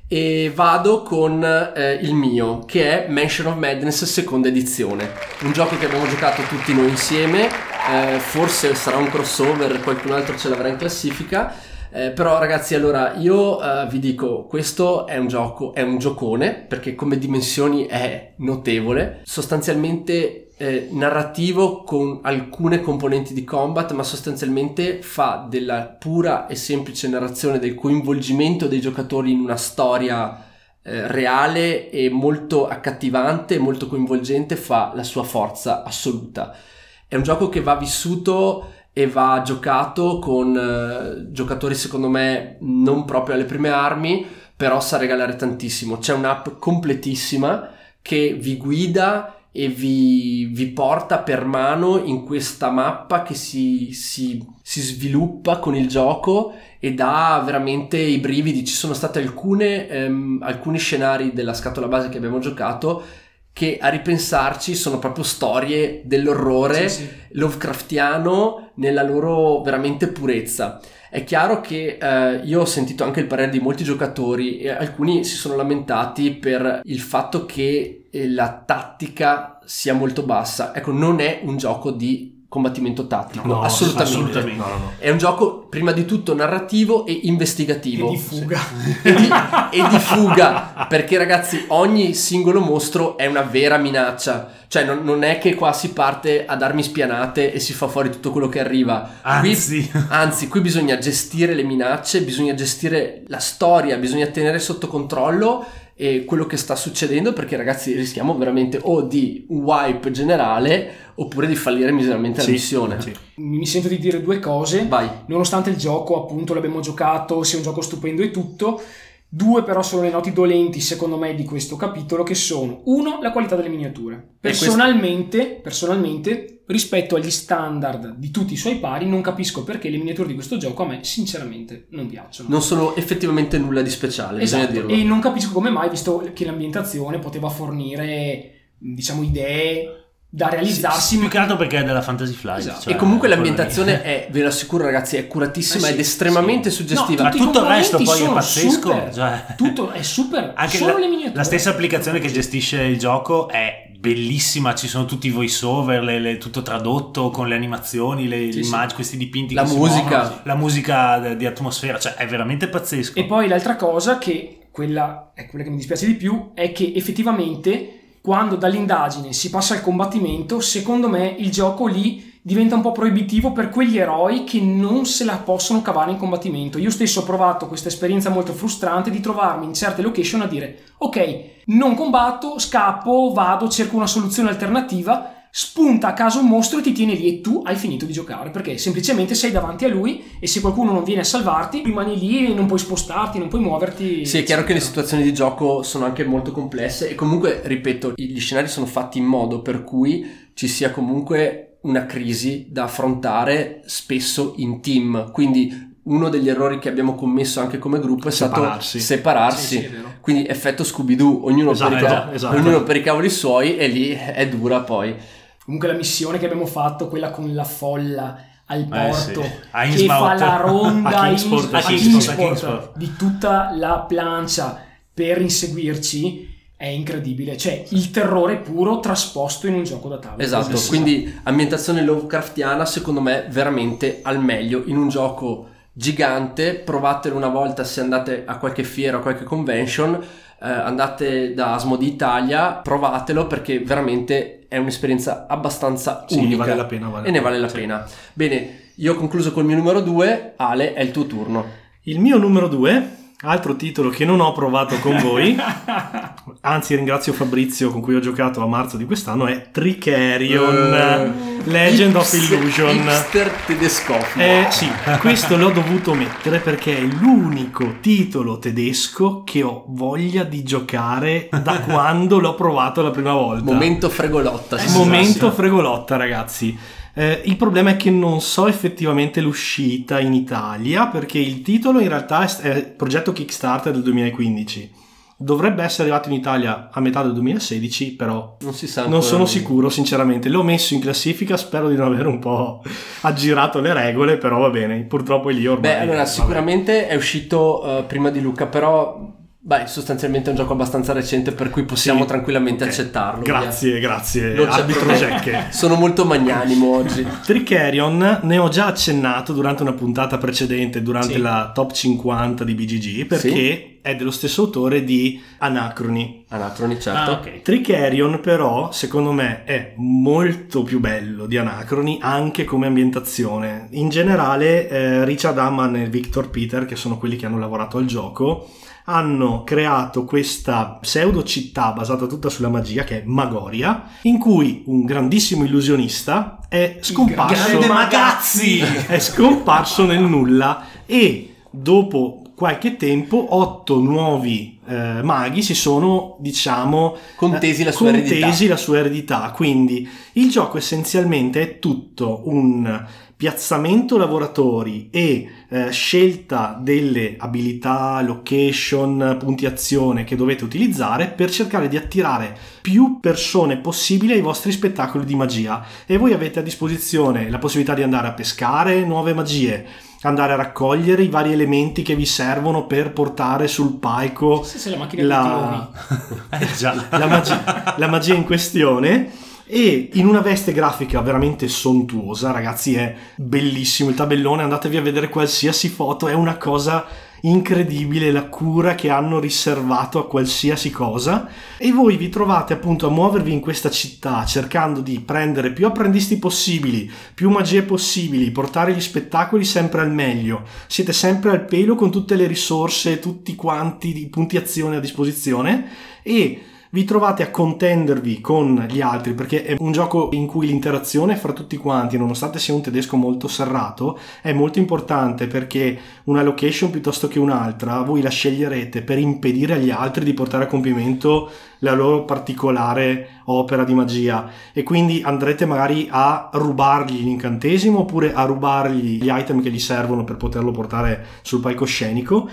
e vado con eh, il mio, che è Mansion of Madness seconda edizione, un gioco che abbiamo giocato tutti noi insieme, eh, forse sarà un crossover, qualcun altro ce l'avrà in classifica. Eh, però ragazzi, allora io eh, vi dico, questo è un gioco, è un giocone, perché come dimensioni è notevole, sostanzialmente eh, narrativo con alcune componenti di combat, ma sostanzialmente fa della pura e semplice narrazione, del coinvolgimento dei giocatori in una storia eh, reale e molto accattivante, molto coinvolgente, fa la sua forza assoluta. È un gioco che va vissuto e va giocato con eh, giocatori secondo me non proprio alle prime armi, però sa regalare tantissimo. C'è un'app completissima che vi guida e vi, vi porta per mano in questa mappa che si, si, si sviluppa con il gioco e dà veramente i brividi. Ci sono state alcune, ehm, alcuni scenari della scatola base che abbiamo giocato che a ripensarci sono proprio storie dell'orrore sì, sì. Lovecraftiano nella loro veramente purezza. È chiaro che eh, io ho sentito anche il parere di molti giocatori e alcuni si sono lamentati per il fatto che eh, la tattica sia molto bassa. Ecco, non è un gioco di combattimento tattico, no, assolutamente, assolutamente. No, no, no. È un gioco prima di tutto narrativo e investigativo e di fuga e, di, e di fuga, perché ragazzi ogni singolo mostro è una vera minaccia, cioè non, non è che qua si parte ad armi spianate e si fa fuori tutto quello che arriva, anzi qui, anzi qui bisogna gestire le minacce, bisogna gestire la storia, bisogna tenere sotto controllo e quello che sta succedendo, perché ragazzi rischiamo veramente o di un wipe generale oppure di fallire miseramente la sì, missione. Sì. Mi sento di dire due cose. Vai. Nonostante il gioco appunto l'abbiamo giocato, sia un gioco stupendo e tutto, due però sono le noti dolenti secondo me di questo capitolo, che sono: uno, la qualità delle miniature. Personalmente, personalmente rispetto agli standard di tutti i suoi pari non capisco perché le miniature di questo gioco a me sinceramente non piacciono, non sono effettivamente nulla di speciale, esatto, bisogna dirlo. E non capisco come mai, visto che l'ambientazione poteva fornire diciamo idee da realizzarsi, sì, più che altro perché è della Fantasy Flight, esatto. Cioè, e comunque l'ambientazione è, ve lo assicuro ragazzi, è curatissima eh sì, ed estremamente sì. suggestiva. No, ma tutto il resto poi è pazzesco, super, cioè. tutto è super, anche solo la, le miniature. La stessa applicazione che gestisce il gioco è bellissima, ci sono tutti i voice over, le, le, tutto tradotto con le animazioni, le, sì, le sì. immagini, questi dipinti, la che musica, si muovono, la musica di atmosfera, cioè è veramente pazzesco. E poi l'altra cosa, che quella è quella che mi dispiace di più, è che effettivamente quando dall'indagine si passa al combattimento, secondo me il gioco lì diventa un po' proibitivo per quegli eroi che non se la possono cavare in combattimento. Io stesso ho provato questa esperienza molto frustrante di trovarmi in certe location a dire: ok, non combatto, scappo, vado, cerco una soluzione alternativa, spunta a caso un mostro e ti tiene lì e tu hai finito di giocare, perché semplicemente sei davanti a lui e se qualcuno non viene a salvarti rimani lì e non puoi spostarti, non puoi muoverti. Sì, è chiaro che le situazioni di gioco sono anche molto complesse e comunque, ripeto, gli scenari sono fatti in modo per cui ci sia comunque una crisi da affrontare spesso in team, quindi uno degli errori che abbiamo commesso anche come gruppo è separarsi. stato separarsi, sì, sì, è vero. Quindi effetto Scooby-Doo, ognuno, esatto, per, i cav- esatto. ognuno per i cavoli suoi, e lì è dura poi. Comunque la missione che abbiamo fatto, quella con la folla al porto, eh sì. A che Innsmouth. fa la ronda A Kingsport, a a Kingsport, Kingsport, a Kingsport. di tutta la plancia per inseguirci, è incredibile, cioè il terrore puro trasposto in un gioco da tavolo. Esatto, Sì. quindi ambientazione Lovecraftiana secondo me veramente al meglio in un gioco gigante. Provatelo una volta se andate a qualche fiera o qualche convention, eh, andate da Asmodee Italia, provatelo perché veramente è un'esperienza abbastanza Sì, unica, ne vale la pena, vale e ne la vale la pena, pena. Bene, io ho concluso col mio numero due. Ale, è il tuo turno. Il mio numero due, altro titolo che non ho provato con voi, anzi ringrazio Fabrizio con cui ho giocato a marzo di quest'anno, è Tricerion uh, Legend Ips, of Illusion. Hipster tedescofono. Eh sì, questo l'ho dovuto mettere perché è l'unico titolo tedesco che ho voglia di giocare da quando l'ho provato la prima volta. Momento fregolotta. Eh, sì, Momento sì. fregolotta, ragazzi. Eh, il problema è che non so effettivamente l'uscita in Italia, perché il titolo in realtà è, è progetto Kickstarter del duemilaquindici. Dovrebbe essere arrivato in Italia a metà del duemilasedici, però Non si sa non ancora. sono sicuro sinceramente. L'ho messo in classifica, spero di non aver un po' aggirato le regole, però va bene, purtroppo è lì ormai. Beh, allora vabbè. sicuramente è uscito uh, prima di Luca, però Beh, sostanzialmente è un gioco abbastanza recente, per cui possiamo Sì, tranquillamente ok. accettarlo. Grazie, via. grazie. Non c'è Arbitro problema. Gecche. Sono molto magnanimo oggi. Tricerion ne ho già accennato durante una puntata precedente, durante Sì. la top cinquanta di B G G, perché Sì. è dello stesso autore di Anacroni. Anacroni, certo. Ah, ok. Tricerion però, secondo me, è molto più bello di Anacroni anche come ambientazione. In generale, eh, Richard Hammond e Victor Peter, che sono quelli che hanno lavorato al gioco, hanno creato questa pseudo città basata tutta sulla magia, che è Magoria, in cui un grandissimo illusionista è scomparso, Grande Magazzi! è scomparso nel nulla, e dopo qualche tempo otto nuovi eh, maghi si sono, diciamo, Contesi la eh, sua contesi eredità. la sua eredità. Quindi il gioco essenzialmente è tutto un piazzamento lavoratori e eh, scelta delle abilità, location, punti azione che dovete utilizzare per cercare di attirare più persone possibili ai vostri spettacoli di magia, e voi avete a disposizione la possibilità di andare a pescare nuove magie, andare a raccogliere i vari elementi che vi servono per portare sul palco Sì, sì, la macchina la, Eh, già. la, magia, la magia in questione, e in una veste grafica veramente sontuosa. Ragazzi, è bellissimo il tabellone, andatevi a vedere qualsiasi foto, è una cosa incredibile la cura che hanno riservato a qualsiasi cosa, e voi vi trovate appunto a muovervi in questa città cercando di prendere più apprendisti possibili, più magie possibili, portare gli spettacoli sempre al meglio. Siete sempre al pelo con tutte le risorse, tutti quanti i punti azione a disposizione, e vi trovate a contendervi con gli altri, perché è un gioco in cui l'interazione fra tutti quanti, nonostante sia un tedesco molto serrato, è molto importante, perché una location piuttosto che un'altra voi la sceglierete per impedire agli altri di portare a compimento la loro particolare opera di magia, e quindi andrete magari a rubargli l'incantesimo oppure a rubargli gli item che gli servono per poterlo portare sul palcoscenico.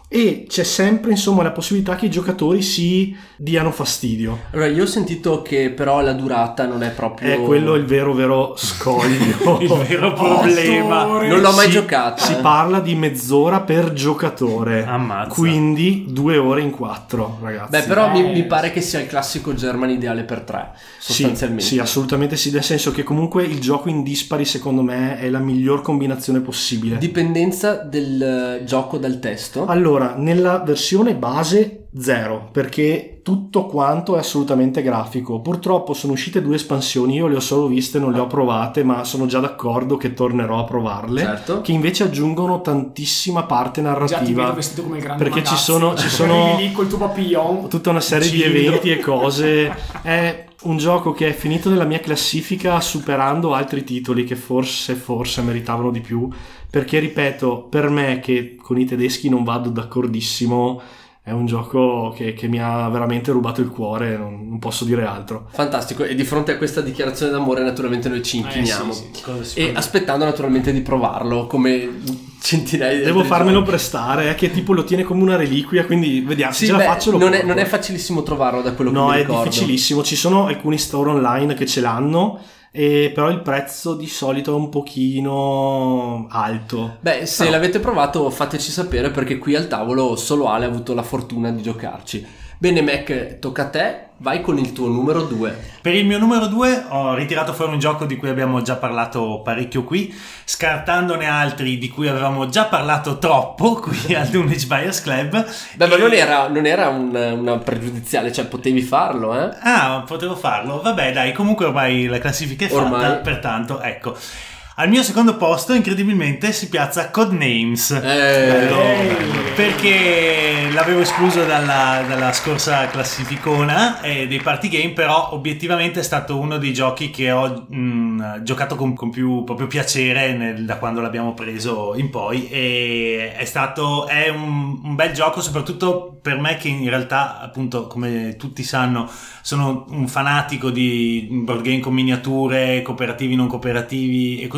E c'è sempre, insomma, la possibilità che i giocatori si diano fastidio. Allora, io ho sentito che però la durata non è proprio... È quello il vero vero scoglio. Il vero problema. Non l'ho mai Si- giocato. Si eh. parla di mezz'ora per giocatore. Ammazza. Quindi due ore in quattro, ragazzi. Beh, però mi, Eh, mi pare che sia il classico German ideale per tre, Sì, sostanzialmente. sì, assolutamente sì, nel senso che comunque il gioco in dispari secondo me è la miglior combinazione possibile. Dipendenza del eh, gioco dal testo. Allora, nella versione base zero, perché tutto quanto è assolutamente grafico. Purtroppo sono uscite due espansioni, io le ho solo viste, non le ho provate, ma sono già d'accordo che tornerò a provarle, Certo. che invece aggiungono tantissima parte Già ti narrativa, vedo vestito come il grande perché ci Magazzi. sono, ci sono Arrivi lì col tuo papillon. tutta una serie di Civido. eventi e cose. È un gioco che è finito nella mia classifica superando altri titoli che forse forse meritavano di più, perché ripeto, per me che con i tedeschi non vado d'accordissimo, è un gioco che, che mi ha veramente rubato il cuore, non, non posso dire altro. Fantastico, e di fronte a questa dichiarazione d'amore naturalmente noi ci inchiniamo. Eh, sì, sì. Cosa si E può- aspettando naturalmente di provarlo, come centinaia di Devo altri farmelo giochi. prestare, eh, che tipo lo tiene come una reliquia, quindi vediamo Sì, se ce beh, la faccio. Lo non, è, porto. non è facilissimo trovarlo da quello No, che mi è ricordo. difficilissimo. Ci sono alcuni store online che ce l'hanno, e però il prezzo di solito è un pochino alto. Beh, se No. l'avete provato fateci sapere, perché qui al tavolo solo Ale ha avuto la fortuna di giocarci. Bene Mac, tocca a te, vai con il tuo numero due. Per il mio numero due ho ritirato fuori un gioco di cui abbiamo già parlato parecchio qui, scartandone altri di cui avevamo già parlato troppo qui al Dunwich Buyers Club. Beh, ma E- non era, non era un- una pregiudiziale, cioè potevi farlo, eh? Ah, potevo farlo? Vabbè, dai, comunque ormai la classifica è fatta, Ormai. pertanto, ecco. Al mio secondo posto, incredibilmente, si piazza Codenames. Eh, Bello, Ehi. perché l'avevo escluso dalla, dalla scorsa classificona eh, dei party game, però obiettivamente è stato uno dei giochi che ho mh, giocato con, con più proprio piacere nel- da quando l'abbiamo preso in poi, e è stato è un, un bel gioco, soprattutto per me che in realtà, appunto, come tutti sanno, sono un fanatico di board game con miniature, cooperativi, non cooperativi e così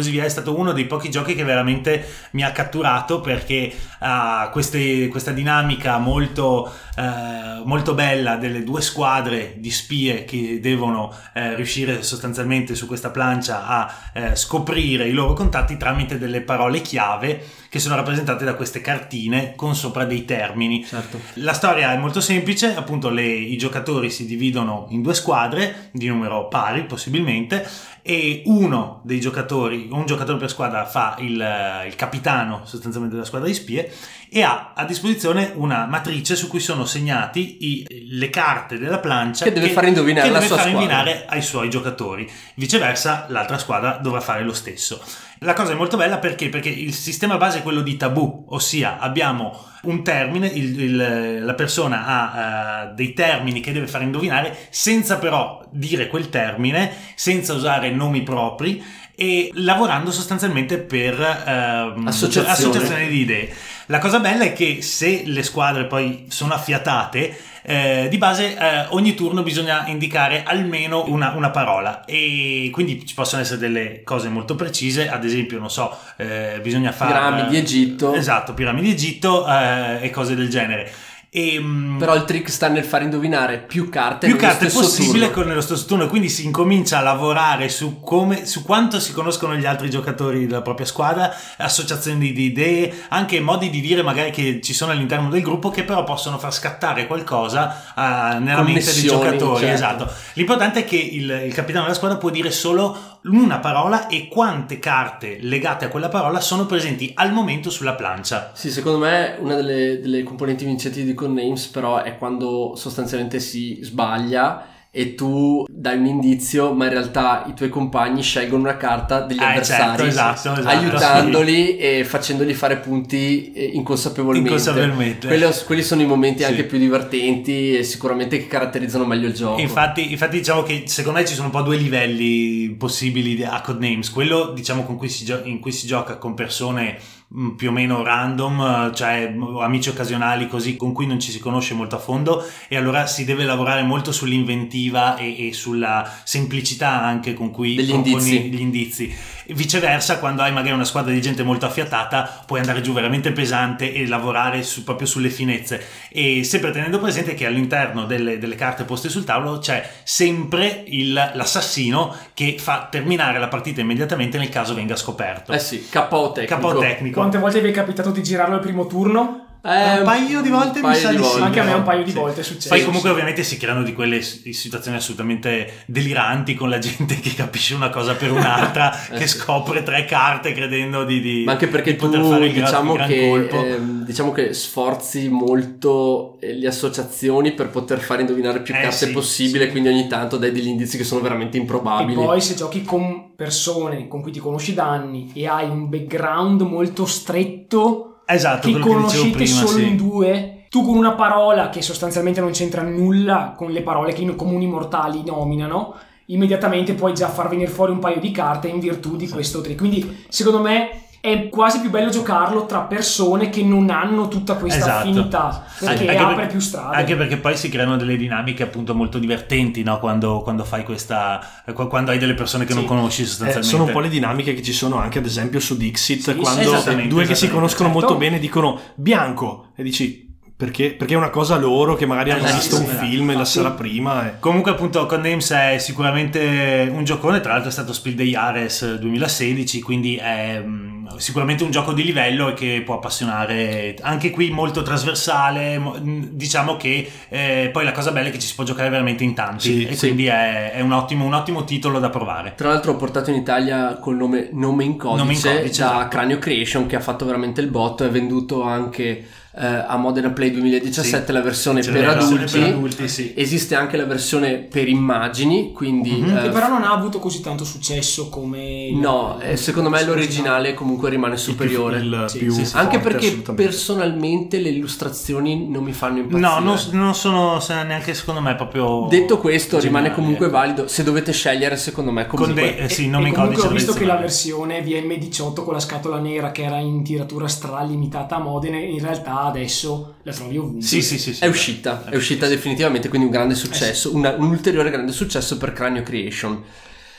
così via, è stato uno dei pochi giochi che veramente mi ha catturato, perché ha queste, questa dinamica molto, eh, molto bella delle due squadre di spie che devono eh, riuscire sostanzialmente su questa plancia a eh, scoprire i loro contatti tramite delle parole chiave che sono rappresentate da queste cartine con sopra dei termini. Certo. La storia è molto semplice, appunto le, i giocatori si dividono in due squadre di numero pari possibilmente, e uno dei giocatori, un giocatore per squadra fa il, il capitano sostanzialmente della squadra di spie, e ha a disposizione una matrice su cui sono segnati i, le carte della plancia che deve che, far indovinare che la deve sua far squadra indovinare ai suoi giocatori. Viceversa, l'altra squadra dovrà fare lo stesso. La cosa è molto bella perché perché il sistema base è quello di tabù, ossia abbiamo un termine, il, il, la persona ha uh, dei termini che deve fare indovinare senza però dire quel termine, senza usare nomi propri e lavorando sostanzialmente per uh, associazione. associazione di idee. La cosa bella è che se le squadre poi sono affiatate, eh, di base eh, ogni turno bisogna indicare almeno una, una parola, e quindi ci possono essere delle cose molto precise, ad esempio non so, eh, bisogna fare piramidi Egitto, esatto, piramidi Egitto eh, e cose del genere. E, però il trick sta nel far indovinare più carte più nello carte stesso possibile turno. con nello stesso turno, e quindi si incomincia a lavorare su come su quanto si conoscono gli altri giocatori della propria squadra, associazioni di idee, anche modi di dire magari che ci sono all'interno del gruppo che però possono far scattare qualcosa uh, nella mente dei giocatori. Certo. Esatto. L'importante è che il, il capitano della squadra può dire solo una parola e quante carte legate a quella parola sono presenti al momento sulla plancia. Sì, secondo me una delle, delle componenti vincenti di Codenames però è quando sostanzialmente si sbaglia e tu dai un indizio, ma in realtà i tuoi compagni scelgono una carta degli ah, avversari, certo, esatto, esatto, aiutandoli sì. e facendogli fare punti inconsapevolmente. inconsapevolmente. Quelli, quelli sono i momenti sì. anche più divertenti e sicuramente che caratterizzano meglio il gioco. Infatti, infatti diciamo che secondo me ci sono un po' due livelli possibili a Codenames. Quello diciamo con cui si gio- in cui si gioca con persone più o meno random, cioè amici occasionali così con cui non ci si conosce molto a fondo, e allora si deve lavorare molto sull'inventiva e, e sulla semplicità anche con cui degli proponi indizi. gli indizi. Viceversa, quando hai magari una squadra di gente molto affiatata puoi andare giù veramente pesante e lavorare su, proprio sulle finezze, e sempre tenendo presente che all'interno delle, delle carte poste sul tavolo c'è sempre il, l'assassino che fa terminare la partita immediatamente nel caso venga scoperto. Eh sì, K O tecnico. K O tecnico. Quante volte vi è capitato di girarlo al primo turno? Eh, un paio di volte un mi sa paio di di sì. volte. Anche a me un paio di Sì. volte è successo. Poi comunque ovviamente si creano di quelle situazioni assolutamente deliranti con la gente che capisce una cosa per un'altra, eh che sì. scopre tre carte credendo di, di ma anche perché di tu poter fare il, gra- diciamo, il gran che, colpo. eh, diciamo che sforzi molto eh, le associazioni per poter fare indovinare più Eh carte sì, possibile, sì. quindi ogni tanto dai degli indizi che sono veramente E improbabili. poi se giochi con persone con cui ti conosci da anni e hai un background molto stretto, Esatto, che quello che dicevo conoscete prima, solo sì. in due, tu con una parola che sostanzialmente non c'entra nulla con le parole che i comuni mortali nominano, immediatamente puoi già far venire fuori un paio di carte in virtù di questo trick. Quindi secondo me è quasi più bello giocarlo tra persone che non hanno tutta questa Esatto. affinità, perché Anche apre per- più strade. Anche perché poi si creano delle dinamiche appunto molto divertenti, no? Quando, quando fai questa, quando hai delle persone che Sì. non conosci Eh, sostanzialmente. sono un po' le dinamiche che ci sono anche ad esempio su Dixit, Sì, quando esattamente, due che si esattamente, conoscono certo. molto bene dicono bianco e dici perché, perché è una cosa loro che magari hanno Eh, visto sì, un sì, film la sì. sera prima e... Comunque appunto Codenames è sicuramente un giocone, tra l'altro è stato Spiel des Jahres duemilasedici, quindi è mh, sicuramente un gioco di livello e che può appassionare, anche qui molto trasversale, mo- mh, diciamo che eh, poi la cosa bella è che ci si può giocare veramente in tanti, Sì, e sì. quindi è, è un, ottimo, un ottimo titolo da provare. Tra l'altro ho portato in Italia col nome Nome in Codice, Nome in Codice, da esatto. Cranio Creation, che ha fatto veramente il botto, è venduto anche eh, a Modena Play duemiladiciassette Sì. la versione C'è per la versione adulti. per adulti, sì. Esiste anche la versione per immagini, quindi Mhm. eh, Che però non ha avuto così tanto successo come... no, eh, secondo me l'originale comunque rimane superiore. il Sì, più sì, sì. Anche forte, perché assolutamente. personalmente le illustrazioni non mi fanno impazzire. No, non, non sono neanche secondo me proprio. Detto questo, rimane geniali, comunque eh. valido. Se dovete scegliere, secondo me, Con comunque. dei- eh, sì, E- nome e in comunque codice ho visto che la tradizionale. versione V M diciotto con la scatola nera che era in tiratura stralimitata a Modena, in realtà adesso la trovi ovunque. Sì, sì, sì, sì. È uscita, è uscita definitivamente, quindi un grande successo, una- un ulteriore grande successo per Cranio Creation.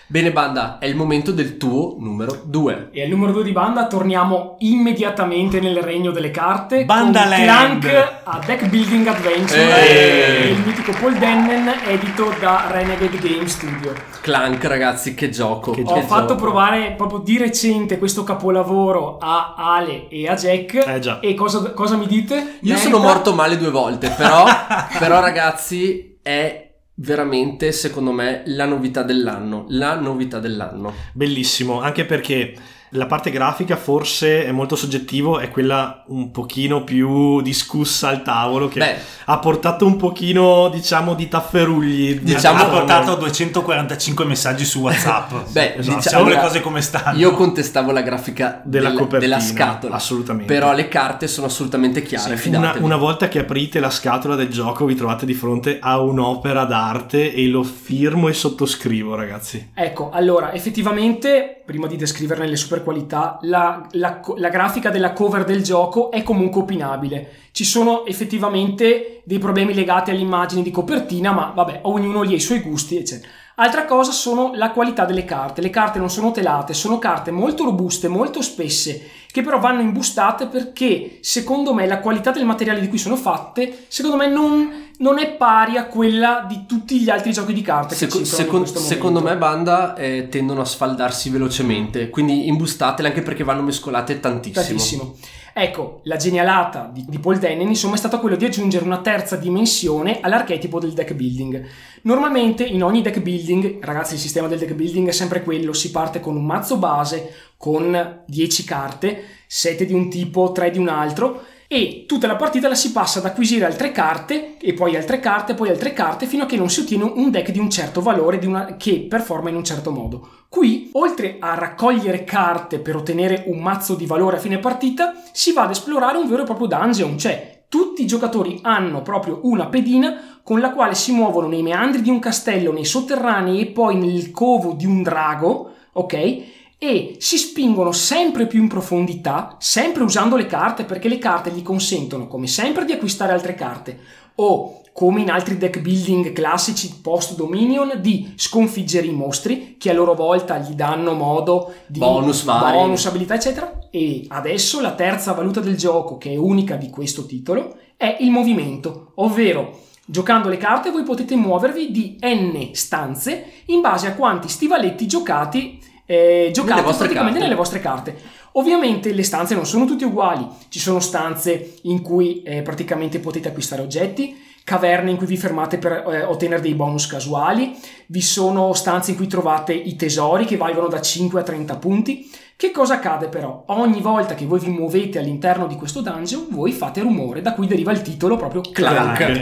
Bene banda, è il momento del tuo numero due. E al numero due di banda torniamo immediatamente nel regno delle carte Bandaland. con Clank a Deck Building Adventure, Eeeh. il mitico Paul Dennen, edito da Renegade Game Studio. Clank, ragazzi, che gioco. Che Ho che fatto gioco. provare proprio di recente questo capolavoro a Ale e a Jack. Eh già. E cosa, cosa mi dite? Io Merita? sono morto male due volte, però, però ragazzi, è veramente, secondo me, la novità dell'anno. La novità dell'anno. Bellissimo, anche perché la parte grafica forse è molto soggettivo, è quella un pochino più discussa al tavolo, che Beh. ha portato un pochino, diciamo, di tafferugli. Diciamo- ha portato duecentoquarantacinque messaggi su WhatsApp. Beh, Esatto, diciamo- diciamo le allora, cose come stanno. Io contestavo la grafica Della del- copertina, della scatola. assolutamente. Però le carte sono assolutamente chiare, Una, fidatevi. una volta che aprite la scatola del gioco vi trovate di fronte a un'opera d'arte e lo firmo e sottoscrivo, ragazzi. Ecco, allora, effettivamente, prima di descriverne le super qualità, la, la- la grafica della cover del gioco è comunque opinabile. Ci sono effettivamente dei problemi legati alle immagini di copertina, ma vabbè, ognuno lì ha i suoi gusti, eccetera. Altra cosa sono la qualità delle carte. Le carte non sono telate, sono carte molto robuste, molto spesse, che però vanno imbustate perché, secondo me, la qualità del materiale di cui sono fatte, secondo me, non, non è pari a quella di tutti gli altri giochi di carte che Seco- ci sono in secon- questo secondo me momento. banda eh, tendono a sfaldarsi velocemente, quindi imbustatele anche perché vanno mescolate tantissimo. Tantissimo. Ecco, la genialata di, di Paul Dennen, insomma, è stata quella di aggiungere una terza dimensione all'archetipo del deck building. Normalmente in ogni deck building, ragazzi, il sistema del deck building è sempre quello: si parte con un mazzo base con dieci carte, sette di un tipo, tre di un altro, e tutta la partita la si passa ad acquisire altre carte e poi altre carte, poi altre carte, fino a che non si ottiene un deck di un certo valore, di una, che performa in un certo modo. Qui, oltre a raccogliere carte per ottenere un mazzo di valore a fine partita, si va ad esplorare un vero e proprio dungeon, cioè tutti i giocatori hanno proprio una pedina con la quale si muovono nei meandri di un castello, nei sotterranei e poi nel covo di un drago, ok? E si spingono sempre più in profondità, sempre usando le carte, perché le carte gli consentono, come sempre, di acquistare altre carte, o, come in altri deck building classici post Dominion, di sconfiggere i mostri, che a loro volta gli danno modo di Bonus vari. bonus, abilità, eccetera. E adesso la terza valuta del gioco, che è unica di questo titolo, è il movimento, ovvero, giocando le carte voi potete muovervi di n stanze in base a quanti stivaletti giocati Eh, giocate Nelle vostre praticamente carte. nelle vostre carte. Ovviamente le stanze non sono tutte uguali, ci sono stanze in cui eh, praticamente potete acquistare oggetti, caverne in cui vi fermate per eh, ottenere dei bonus casuali, vi sono stanze in cui trovate i tesori che valgono da cinque a trenta punti. Che cosa accade però? Ogni volta che voi vi muovete all'interno di questo dungeon voi fate rumore, da cui deriva il titolo proprio Clank.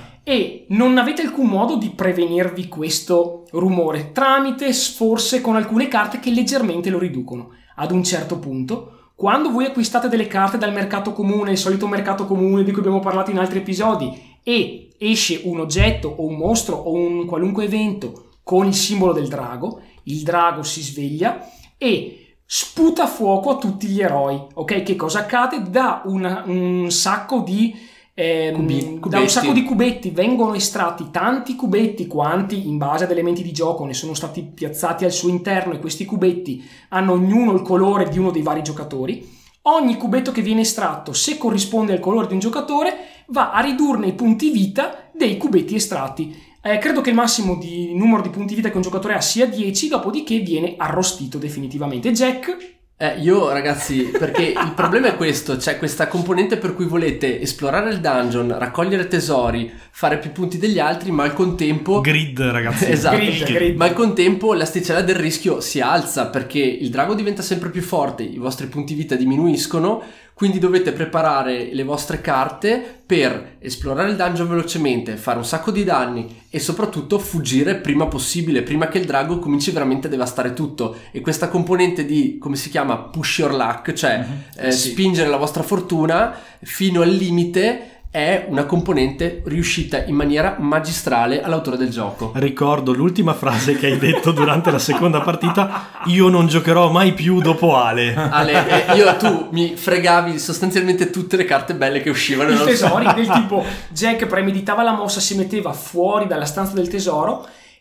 E non avete alcun modo di prevenirvi questo rumore, tramite forse con alcune carte che leggermente lo riducono. Ad un certo punto, quando voi acquistate delle carte dal mercato comune, il solito mercato comune di cui abbiamo parlato in altri episodi, e esce un oggetto o un mostro o un qualunque evento con il simbolo del drago, il drago si sveglia e sputa fuoco a tutti gli eroi. Ok, che cosa accade? Da una, un sacco di ehm, Cubi- da un cubetti. sacco di cubetti vengono estratti tanti cubetti quanti in base ad elementi di gioco ne sono stati piazzati al suo interno, e questi cubetti hanno ognuno il colore di uno dei vari giocatori. Ogni cubetto che viene estratto, se corrisponde al colore di un giocatore, va a ridurne i punti vita dei cubetti estratti. Eh, credo che il massimo di numero di punti vita che un giocatore ha sia dieci, dopodiché viene arrostito definitivamente. Jack? Eh, io ragazzi, perché il problema è questo, c'è questa componente per cui volete esplorare il dungeon, raccogliere tesori, fare più punti degli altri, ma al contempo... Grid, ragazzi. Esatto, Grid, grid. ma al contempo l'asticella del rischio si alza perché il drago diventa sempre più forte, i vostri punti vita diminuiscono, quindi dovete preparare le vostre carte per esplorare il dungeon velocemente, fare un sacco di danni e soprattutto fuggire prima possibile, prima che il drago cominci veramente a devastare tutto. E questa componente di, come si chiama, push your luck, cioè Mm-hmm. eh, Sì. spingere la vostra fortuna fino al limite, è una componente riuscita in maniera magistrale all'autore del gioco. Ricordo l'ultima frase che hai detto durante la seconda partita: io non giocherò mai più dopo Ale. Ale, eh, io tu mi fregavi sostanzialmente tutte le carte belle che uscivano. I non- tesori del tipo Jack premeditava la mossa, si metteva fuori dalla stanza del tesoro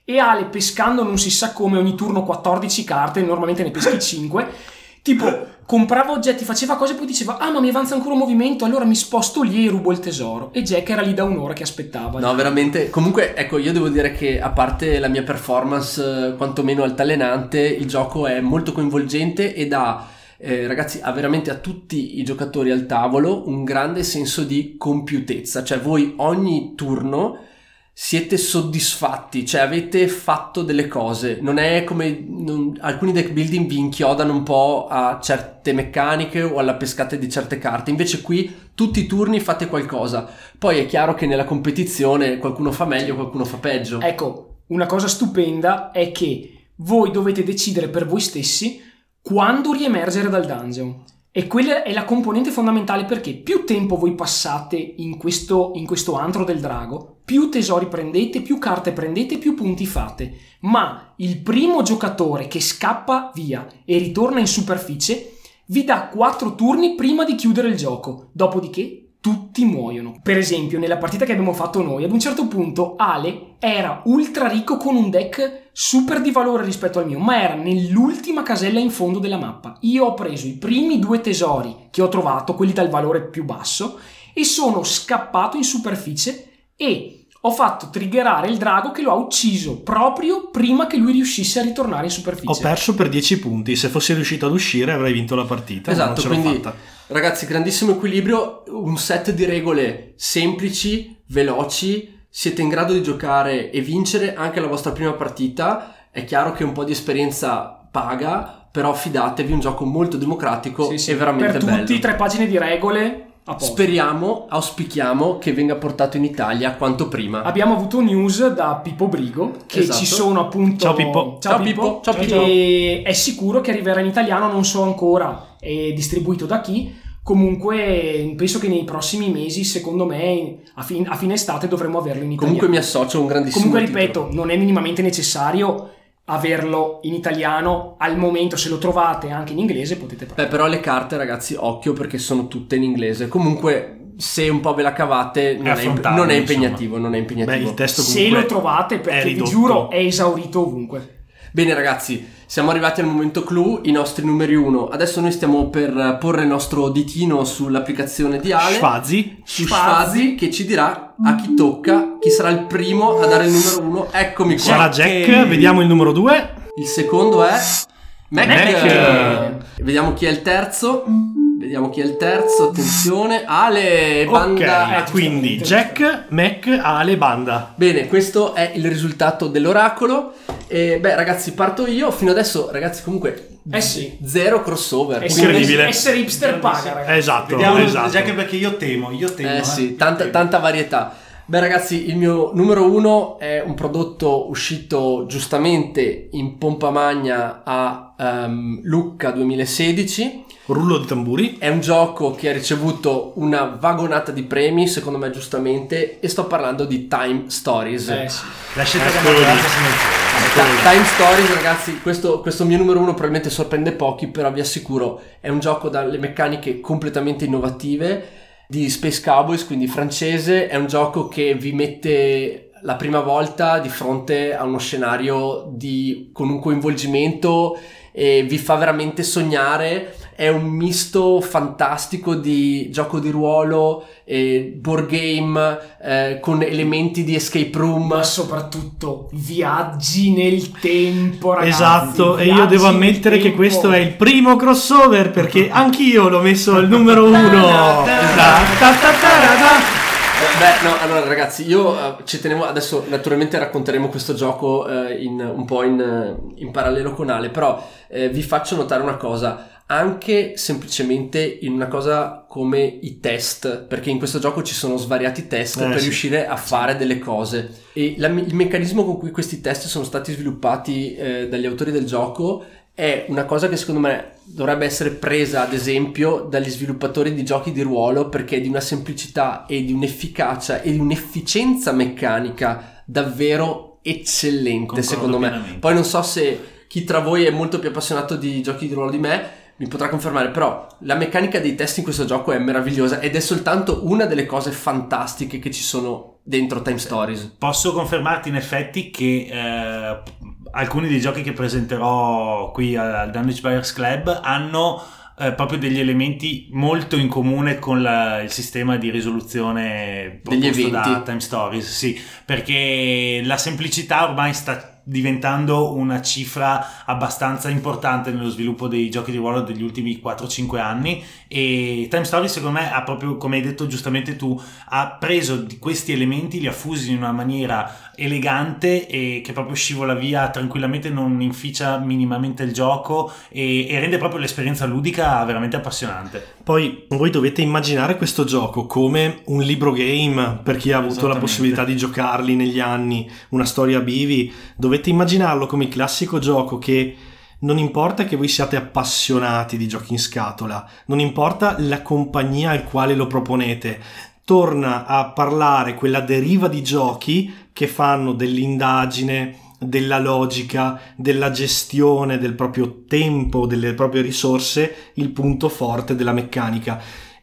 e Ale, pescando non si sa come, ogni turno quattordici carte, normalmente ne peschi cinque, tipo comprava oggetti, faceva cose e poi diceva ah ma mi avanza ancora un movimento, allora mi sposto lì e rubo il tesoro, e Jack era lì da un'ora che aspettava. No, veramente, comunque ecco, io devo dire che a parte la mia performance eh, quantomeno altalenante, il gioco è molto coinvolgente ed ha eh, ragazzi, ha veramente a tutti i giocatori al tavolo un grande senso di compiutezza, cioè voi ogni turno siete soddisfatti, cioè avete fatto delle cose, non è come non, alcuni deck building vi inchiodano un po' a certe meccaniche o alla pescata di certe carte, invece qui tutti i turni fate qualcosa, poi è chiaro che nella competizione qualcuno fa meglio, qualcuno fa peggio. Ecco, una cosa stupenda è che voi dovete decidere per voi stessi quando riemergere dal dungeon. E quella è la componente fondamentale, perché più tempo voi passate in questo, in questo antro del drago, più tesori prendete, più carte prendete, più punti fate. Ma il primo giocatore che scappa via e ritorna in superficie vi dà quattro turni prima di chiudere il gioco, dopodiché tutti muoiono. Per esempio, nella partita che abbiamo fatto noi, ad un certo punto Ale era ultra ricco con un deck super di valore rispetto al mio, ma era nell'ultima casella in fondo della mappa. Io ho preso i primi due tesori che ho trovato, quelli dal valore più basso, e sono scappato in superficie e ho fatto triggerare il drago che lo ha ucciso proprio prima che lui riuscisse a ritornare in superficie. Ho perso per dieci punti, se fossi riuscito ad uscire avrei vinto la partita. Esatto, non ce l'ho quindi fatta. Ragazzi, grandissimo equilibrio, un set di regole semplici, veloci, siete in grado di giocare e vincere anche la vostra prima partita. È chiaro che un po' di esperienza paga, però fidatevi, un gioco molto democratico Sì, sì, e veramente per bello. tutti, tre pagine di regole. A posto. Speriamo, auspichiamo che venga portato in Italia quanto prima. Abbiamo avuto news da Pippo Brigo che Esatto. ci sono appunto. Ciao Pippo. Ciao Pippo. Ciao Pippo. E è sicuro che arriverà in italiano, non so ancora è distribuito da chi. Comunque penso che nei prossimi mesi, secondo me, a, fin- a fine estate dovremo averlo in italiano. Comunque mi associo a un grandissimo Comunque titolo. ripeto, non è minimamente necessario averlo in italiano al momento. Se lo trovate anche in inglese potete Beh, prendere. però le carte, ragazzi, occhio, perché sono tutte in inglese. Comunque, se un po' ve la cavate, non, è, affrontabile, non è insomma. impegnativo, non è impegnativo. Beh, il testo Se comunque lo trovate, è perché vi ridotto. giuro è esaurito ovunque. Bene ragazzi, siamo arrivati al momento clou, i nostri numeri uno. Adesso noi stiamo per porre il nostro ditino sull'applicazione di Ale, Sfazi. su Sfazi, che ci dirà a chi tocca, chi sarà il primo a dare il numero uno. Eccomi qua. Sarà Jack, vediamo il numero due. Il secondo è Mac. Mac. Vediamo chi è il terzo. Vediamo chi è il terzo. Attenzione, Ale, Banda. Ok, quindi Jack, Mac, Ale, Banda. Bene, questo è il risultato dell'oracolo. E beh, ragazzi, parto io. Fino adesso, ragazzi, comunque Eh sì. zero crossover. Essere, Incredibile. essere hipster paga, ragazzi. Esatto, Vediamo esatto. già che perché io temo, io temo. Eh sì, eh. tanta, Io temo. tanta varietà. Beh ragazzi, il mio numero uno è un prodotto uscito giustamente in pompa magna a um, Lucca duemilasedici. Rullo di tamburi. È un gioco che ha ricevuto una vagonata di premi, secondo me giustamente, e sto parlando di Time Stories. Eh sì. La scelta che Eccolo hanno lì. fatto se ne frega. Ta- Time Stories, ragazzi, questo, questo mio numero uno probabilmente sorprende pochi, però vi assicuro è un gioco dalle meccaniche completamente innovative, di Space Cowboys, quindi francese. È un gioco che vi mette la prima volta di fronte a uno scenario di, con un coinvolgimento, e vi fa veramente sognare. È un misto fantastico di gioco di ruolo e board game eh, con elementi di escape room. Ma soprattutto viaggi nel tempo, ragazzi. Esatto, e io Viaggi devo nel ammettere che tempo. questo è il primo crossover, perché anch'io l'ho messo al numero uno. Beh, no, allora ragazzi, io eh, ci tenevo, adesso naturalmente racconteremo questo gioco eh, in, un po' in, in parallelo con Ale, però eh, vi faccio notare una cosa, anche semplicemente in una cosa come i test, perché in questo gioco ci sono svariati test Eh, per sì. riuscire a fare delle cose, e la- il meccanismo con cui questi test sono stati sviluppati eh, dagli autori del gioco è una cosa che secondo me dovrebbe essere presa ad esempio dagli sviluppatori di giochi di ruolo, perché è di una semplicità e di un'efficacia e di un'efficienza meccanica davvero eccellente. Concordo Secondo me. pienamente. Poi non so se chi tra voi è molto più appassionato di giochi di ruolo di me, mi potrà confermare, però la meccanica dei test in questo gioco è meravigliosa ed è soltanto una delle cose fantastiche che ci sono dentro Time Stories. Posso confermarti in effetti che eh, alcuni dei giochi che presenterò qui al Dunwich Buyers Club hanno eh, proprio degli elementi molto in comune con la, il sistema di risoluzione degli eventi da Time Stories, sì, perché la semplicità ormai sta diventando una cifra abbastanza importante nello sviluppo dei giochi di ruolo degli ultimi quattro cinque anni, e Time Stories secondo me ha proprio, come hai detto giustamente tu, ha preso di questi elementi, li ha fusi in una maniera elegante e che proprio scivola via tranquillamente, non inficia minimamente il gioco e, e rende proprio l'esperienza ludica veramente appassionante. Poi voi dovete immaginare questo gioco come un libro game, per chi ha avuto la possibilità di giocarli negli anni, una storia bivi. Dovete immaginarlo come il classico gioco che non importa che voi siate appassionati di giochi in scatola, non importa la compagnia al quale lo proponete, torna a parlare quella deriva di giochi che fanno dell'indagine, della logica, della gestione del proprio tempo, delle proprie risorse, il punto forte della meccanica.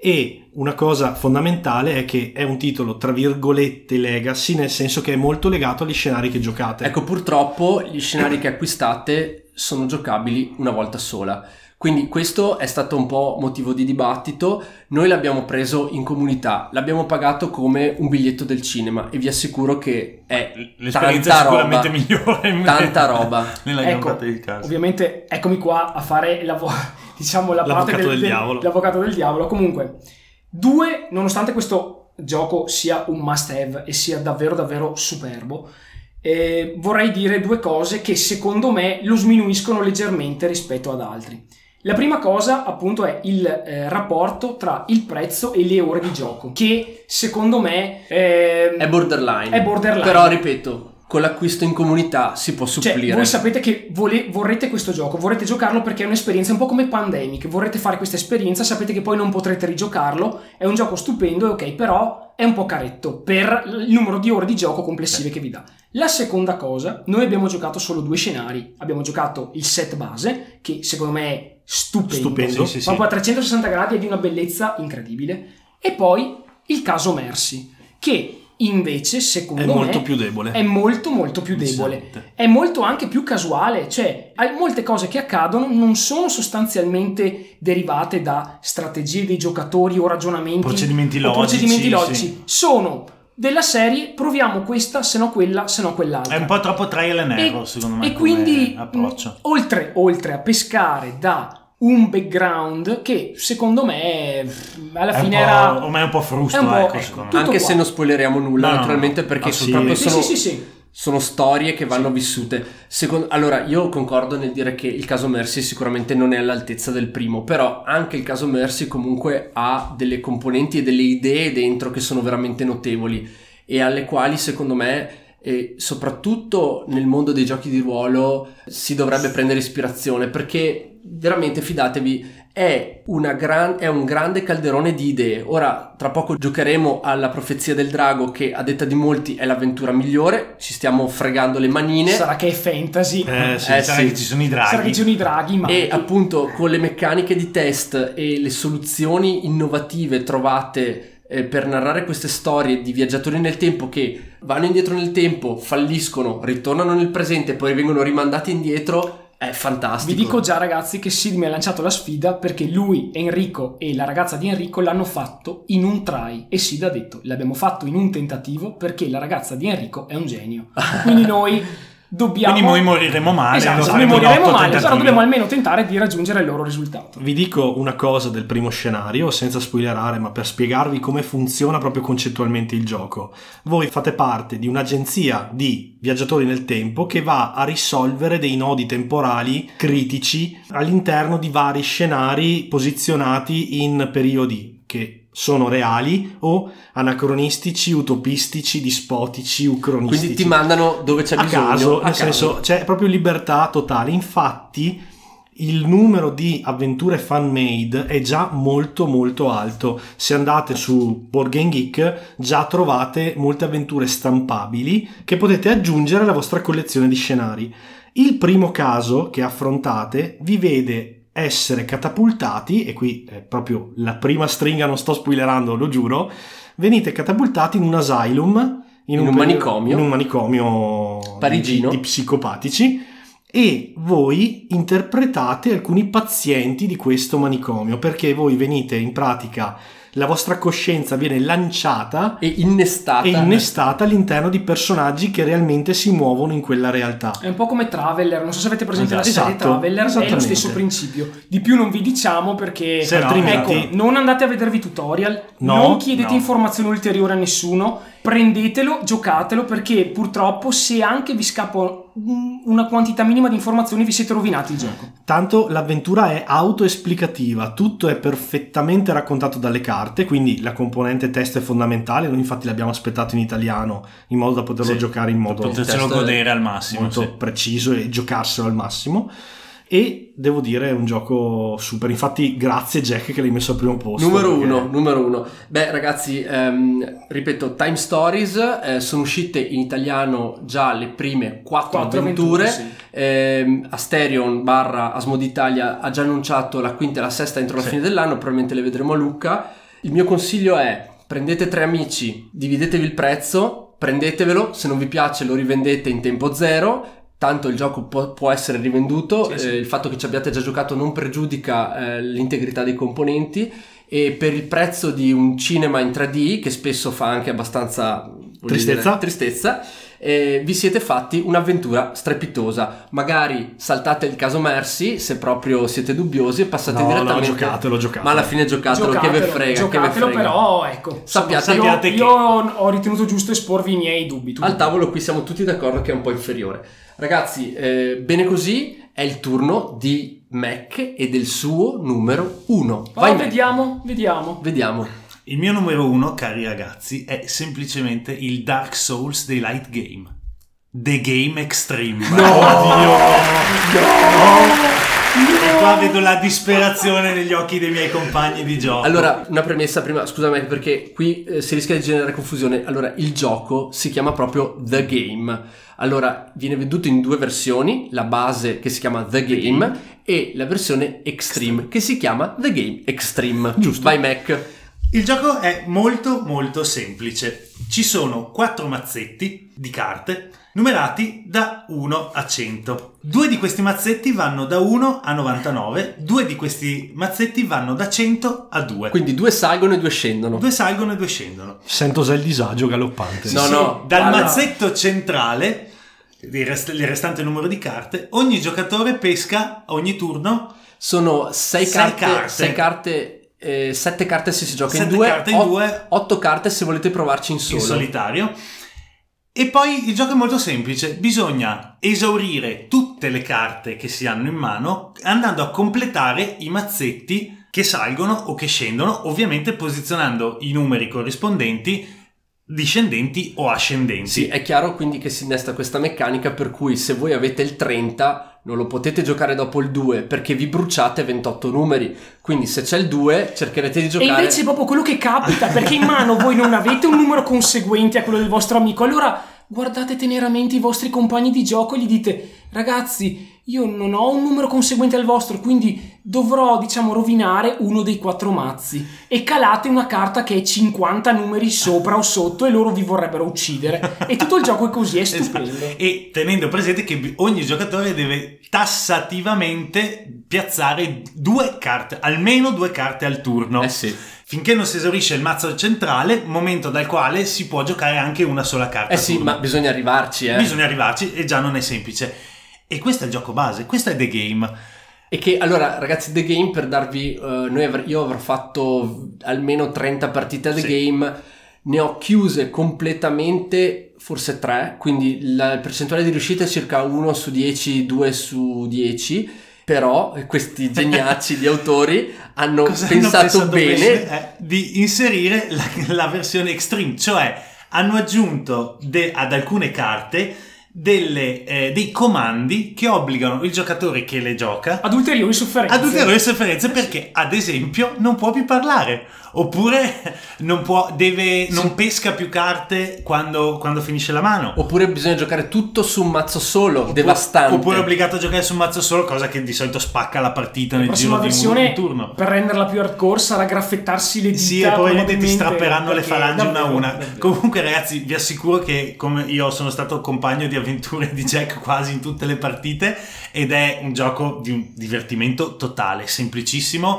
E una cosa fondamentale è che è un titolo tra virgolette legacy, nel senso che è molto legato agli scenari che giocate. Ecco, purtroppo gli scenari che acquistate sono giocabili una volta sola, quindi questo è stato un po' motivo di dibattito. Noi l'abbiamo preso in comunità, l'abbiamo pagato come un biglietto del cinema e vi assicuro che è l'esperienza tanta sicuramente roba, migliore tanta roba. Nella gran Ecco, parte dei casi. ovviamente eccomi qua a fare la vo- diciamo la parte L'avvocato del, del diavolo. l'avvocato del diavolo. Comunque, due, nonostante questo gioco sia un must have e sia davvero davvero superbo, eh, vorrei dire due cose che secondo me lo sminuiscono leggermente rispetto ad altri. La prima cosa appunto è il eh, rapporto tra il prezzo e le ore di gioco, che secondo me eh, È borderline. È borderline. Però ripeto, con l'acquisto in comunità si può supplire. Cioè, voi sapete che vole- vorrete questo gioco, vorrete giocarlo perché è un'esperienza un po' come Pandemic, vorrete fare questa esperienza, sapete che poi non potrete rigiocarlo, è un gioco stupendo, ok, però è un po' caretto per il numero di ore di gioco complessive che vi dà. La seconda cosa, noi abbiamo giocato solo due scenari, abbiamo giocato il set base, che secondo me è stupendo, Stupendo, sì, sì, proprio sì. a trecentosessanta gradi è di una bellezza incredibile, e poi il caso Mercy, che invece secondo È me molto più debole. è molto molto più debole, Esatto. è molto anche più casuale, cioè hai- molte cose che accadono non sono sostanzialmente derivate da strategie dei giocatori o ragionamenti Procedimenti o logici, procedimenti logici. sì. Sono della serie proviamo questa, se no quella, se no quell'altra. È un po' troppo trial and E- error secondo me e come quindi approccio. mh, oltre, oltre a pescare da un background che secondo me è- alla È un fine po', era ormai è un po' frusto, è un po', ecco, ecco, secondo me. tutto Anche qua. se non spoileriamo nulla, No, no, naturalmente, no, perché assolutamente. proprio Sì, sono, sì, sì, sì. sono storie che vanno vissute. Secondo, allora, io concordo nel dire che il caso Mercy sicuramente non è all'altezza del primo, però anche il caso Mercy comunque ha delle componenti e delle idee dentro che sono veramente notevoli e alle quali secondo me, e soprattutto nel mondo dei giochi di ruolo, si dovrebbe prendere ispirazione, perché veramente, fidatevi, è, una gran, è un grande calderone di idee. Ora tra poco giocheremo alla Profezia del Drago, che a detta di molti è l'avventura migliore, ci stiamo fregando le manine. Sarà che è fantasy, Eh, sì, Eh, sarà sì. che ci sono i sarà che draghi. ci sono i draghi, ma E appunto con le meccaniche di test e le soluzioni innovative trovate eh, per narrare queste storie di viaggiatori nel tempo che vanno indietro nel tempo, falliscono, ritornano nel presente e poi vengono rimandati indietro, è fantastico. vi dico già ragazzi che Sid mi ha lanciato la sfida perché lui, Enrico e la ragazza di Enrico l'hanno fatto in un try e Sid ha detto l'abbiamo fatto in un tentativo perché la ragazza di Enrico è un genio, quindi noi dobbiamo Quindi noi moriremo male, esatto, lo noi faremo in moriremo otto male, però tentativi. dobbiamo almeno tentare di raggiungere il loro risultato. Vi dico una cosa del primo scenario, senza spoilerare, ma per spiegarvi come funziona proprio concettualmente il gioco. Voi fate parte di un'agenzia di viaggiatori nel tempo che va a risolvere dei nodi temporali critici all'interno di vari scenari posizionati in periodi che sono reali o anacronistici, utopistici, dispotici, ucronistici. Quindi ti mandano dove c'è a bisogno. caso, a nel caso. senso c'è proprio libertà totale. Infatti il numero di avventure fan made è già molto molto alto. Se andate su Board Game Geek già trovate molte avventure stampabili che potete aggiungere alla vostra collezione di scenari. Il primo caso che affrontate vi vede essere catapultati, e qui è proprio la prima stringa, non sto spoilerando, lo giuro, venite catapultati in un asylum, in, in un, un manicomio, in un manicomio parigino di, di psicopatici, e voi interpretate alcuni pazienti di questo manicomio, perché voi venite in pratica, la vostra coscienza viene lanciata e innestata. e innestata all'interno di personaggi che realmente si muovono in quella realtà. È un po' come Traveller, non so se avete presente esatto, la serie esatto, Traveller, è lo stesso principio. Di più non vi diciamo perché se altrimenti... ecco, non andate a vedervi tutorial, no, non chiedete no. informazioni ulteriori a nessuno, prendetelo, giocatelo, perché purtroppo se anche vi scappa una quantità minima di informazioni vi siete rovinati il gioco. Tanto l'avventura è autoesplicativa, tutto è perfettamente raccontato dalle carte, quindi la componente testo è fondamentale. Noi infatti l'abbiamo aspettato in italiano in modo da poterlo sì, giocare in modo potercelo godere al massimo, molto sì. preciso e giocarselo al massimo. E devo dire è un gioco super, infatti grazie Jack che l'hai messo al primo posto. Numero perché... uno, numero uno. Beh ragazzi, ehm, ripeto, Time Stories, eh, sono uscite in italiano già le prime quattro, quattro avventure, avventure sì. ehm, Asterion barra Asmode Italia ha già annunciato la quinta e la sesta entro la sì. fine dell'anno, probabilmente le vedremo a Lucca. Il mio consiglio è: prendete tre amici, dividetevi il prezzo, prendetevelo, se non vi piace lo rivendete in tempo zero. Tanto il gioco può, può essere rivenduto, sì, sì. Eh, il fatto che ci abbiate già giocato non pregiudica eh, l'integrità dei componenti, e per il prezzo di un cinema in tre D, che spesso fa anche abbastanza tristezza, dire, tristezza eh, vi siete fatti un'avventura strepitosa. Magari saltate il caso Mercy se proprio siete dubbiosi e passate no, direttamente. No, giocatelo, giocatelo. Ma alla fine giocatelo, giocatelo che ve frega. Giocatelo, che ve frega. però ecco. Sappiate, io, sappiate io ho ritenuto giusto esporvi i miei dubbi. Al dubbi. Tavolo qui siamo tutti d'accordo che è un po' inferiore. Ragazzi, eh, bene così, è il turno di Mac e del suo numero uno. Vai, oh, vediamo, vediamo. Vediamo. Il mio numero uno, cari ragazzi, è semplicemente il Dark Souls dei light game. The Game Extreme. No! Oddio! No! E qua vedo la disperazione negli occhi dei miei compagni di gioco. Allora, una premessa prima, scusami, perché qui eh, si rischia di generare confusione. Allora, il gioco si chiama proprio The Game. Allora, viene venduto in due versioni, la base che si chiama The Game, The Game. E la versione Extreme che si chiama The Game Extreme. Giusto. Vai Mac. Il gioco è molto molto semplice. Ci sono quattro mazzetti di carte numerati da uno a cento. Due di questi mazzetti vanno da uno a novantanove, due di questi mazzetti vanno da cento a due. Quindi due salgono e due scendono. Due salgono e due scendono. Sento già il disagio galoppante. Sì, no, sì, no. Dal allora. mazzetto centrale, il, rest- il restante numero di carte, ogni giocatore pesca ogni turno. Sono sei, sei carte, carte. sei carte, eh, sette carte se si gioca Sette in due, carte in ot- due, otto carte se volete provarci in solo. In solitario. E poi il gioco è molto semplice, bisogna esaurire tutte le carte che si hanno in mano andando a completare i mazzetti che salgono o che scendono, ovviamente posizionando i numeri corrispondenti discendenti o ascendenti. Sì, è chiaro quindi che si innesta questa meccanica per cui se voi avete il trenta non lo potete giocare dopo il due perché vi bruciate ventotto numeri, quindi se c'è il due cercherete di giocare. E invece è proprio quello che capita, perché in mano voi non avete un numero conseguente a quello del vostro amico, allora guardate teneramente i vostri compagni di gioco e gli dite: ragazzi, io non ho un numero conseguente al vostro, quindi dovrò, diciamo, rovinare uno dei quattro mazzi, e calate una carta che è cinquanta numeri sopra o sotto e loro vi vorrebbero uccidere, e tutto il gioco è così, è stupendo. Esatto. E tenendo presente che ogni giocatore deve tassativamente piazzare due carte, almeno due carte al turno. Eh sì. Finché non si esaurisce il mazzo centrale, momento dal quale si può giocare anche una sola carta. Eh sì, turno. ma bisogna arrivarci, eh. Bisogna arrivarci e già non è semplice. E questo è il gioco base, questo è The Game. E che, allora, ragazzi, The Game, per darvi... Uh, noi avr- io avrò fatto almeno trenta partite a The sì. Game, ne ho chiuse completamente forse tre, quindi la percentuale di riuscita è circa uno su dieci, due su dieci, però questi geniacci di autori hanno Cosa pensato, hanno pensato bene, bene eh, di inserire la, la versione Extreme, cioè hanno aggiunto de- ad alcune carte delle, eh, dei comandi che obbligano il giocatore che le gioca ad ulteriori sofferenze. ad ulteriori sofferenze perché ad esempio non può più parlare, oppure non può, deve, non pesca più carte quando, quando finisce la mano, oppure bisogna giocare tutto su un mazzo solo, oppure, devastante, oppure è obbligato a giocare su un mazzo solo, cosa che di solito spacca la partita nel la giro di un, un turno. Per renderla più hardcore sarà graffettarsi le dita, sì, e probabilmente ti strapperanno le perché, falangi davvero, una a una. davvero. Comunque ragazzi, vi assicuro che come io sono stato compagno di avventure di Jack quasi in tutte le partite, ed è un gioco di un divertimento totale, semplicissimo,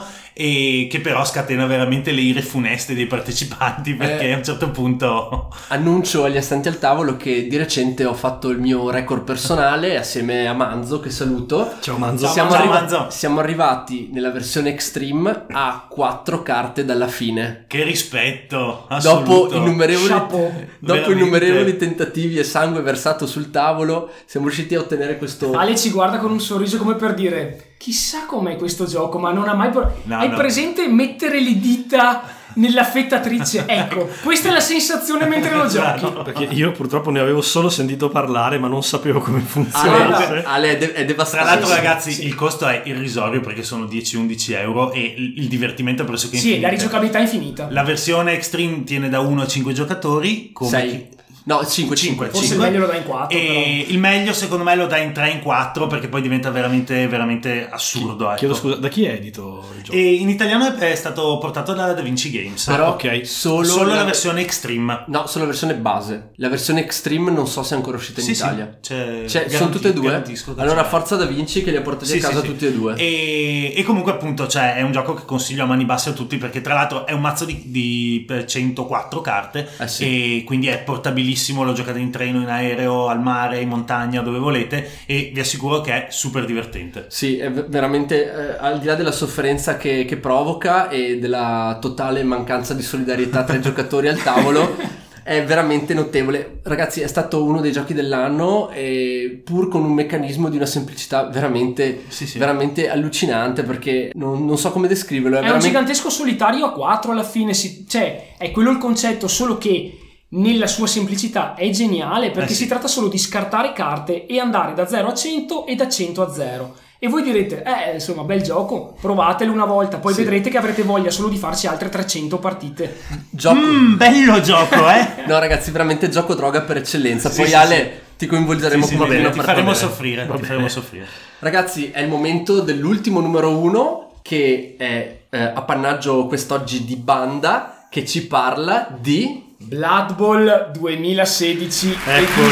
e che però scatena veramente le ire funeste dei partecipanti, perché eh, a un certo punto annuncio agli astanti al tavolo che di recente ho fatto il mio record personale assieme a Manzo, che saluto. Ciao Manzo. Siamo, Ciao, arriva- Manzo. siamo arrivati nella versione Extreme a quattro carte dalla fine. Che rispetto assoluto. Dopo innumerevoli, Chapeau. dopo Veramente. innumerevoli tentativi e sangue versato sul tavolo, siamo riusciti a ottenere questo. Ale ci guarda con un sorriso come per dire: chissà com'è questo gioco, ma non ha mai pro- No, hai no. presente mettere le dita nell'affettatrice? Ecco, questa è la sensazione mentre lo giochi. No, no. Perché io purtroppo ne avevo solo sentito parlare, ma non sapevo come funzionasse. Ale, Ale è, de- è Tra devastante. l'altro ragazzi, sì, il costo è irrisorio perché sono dieci undici euro e il il divertimento è pressoché Sì, infinito. la rigiocabilità è infinita. La versione Extreme tiene da uno a cinque giocatori, come sei. No, cinque, cinque. Forse cinque. il meglio lo dà in quattro, E il meglio secondo me lo dà in tre in quattro, perché poi diventa veramente veramente assurdo, ecco. Chiedo scusa, da chi è edito il gioco? E in italiano è stato portato da Da Vinci Games. Però ok. solo, solo la versione Extreme. No, solo la versione base. La versione Extreme non so se è ancora uscita in Sì, sì, Italia. c'è- Cioè, sono garanti- tutte e due. garantisco che Allora, c'è. forza Da Vinci che li ha portati Sì, a casa sì, sì. tutti e due. E, e comunque appunto cioè, è un gioco che consiglio a mani basse a tutti, perché tra l'altro è un mazzo di, di per centoquattro carte, Eh sì. e quindi è portabilissimo, lo giocate in treno, in aereo, al mare, in montagna, dove volete, e vi assicuro che è super divertente. Sì, è v- veramente, eh, al di là della sofferenza che, che provoca e della totale mancanza di solidarietà tra i giocatori al tavolo, è veramente notevole. Ragazzi, è stato uno dei giochi dell'anno, e pur con un meccanismo di una semplicità veramente, Sì, sì. veramente allucinante, perché non, non so come descriverlo. È, È un veramente... gigantesco solitario a quattro alla fine, si- cioè è quello il concetto, solo che nella sua semplicità è geniale, perché Eh sì. si tratta solo di scartare carte e andare da zero a cento e da cento a zero. E voi direte, eh insomma, bel gioco, provatelo una volta, poi Sì. vedrete che avrete voglia solo di farci altre trecento partite. Gioco... Mm, bello gioco, eh? No ragazzi, veramente gioco droga per eccellenza. Sì, Poi sì, Ale, ti coinvolgeremo Sì, sì, come va bene, prima ti per faremo vedere. soffrire, Va ti bene. faremo soffrire. Ragazzi, è il momento dell'ultimo numero uno, che è eh, appannaggio quest'oggi di Banda, che ci parla di... Blood Bowl duemilasedici Eccolo.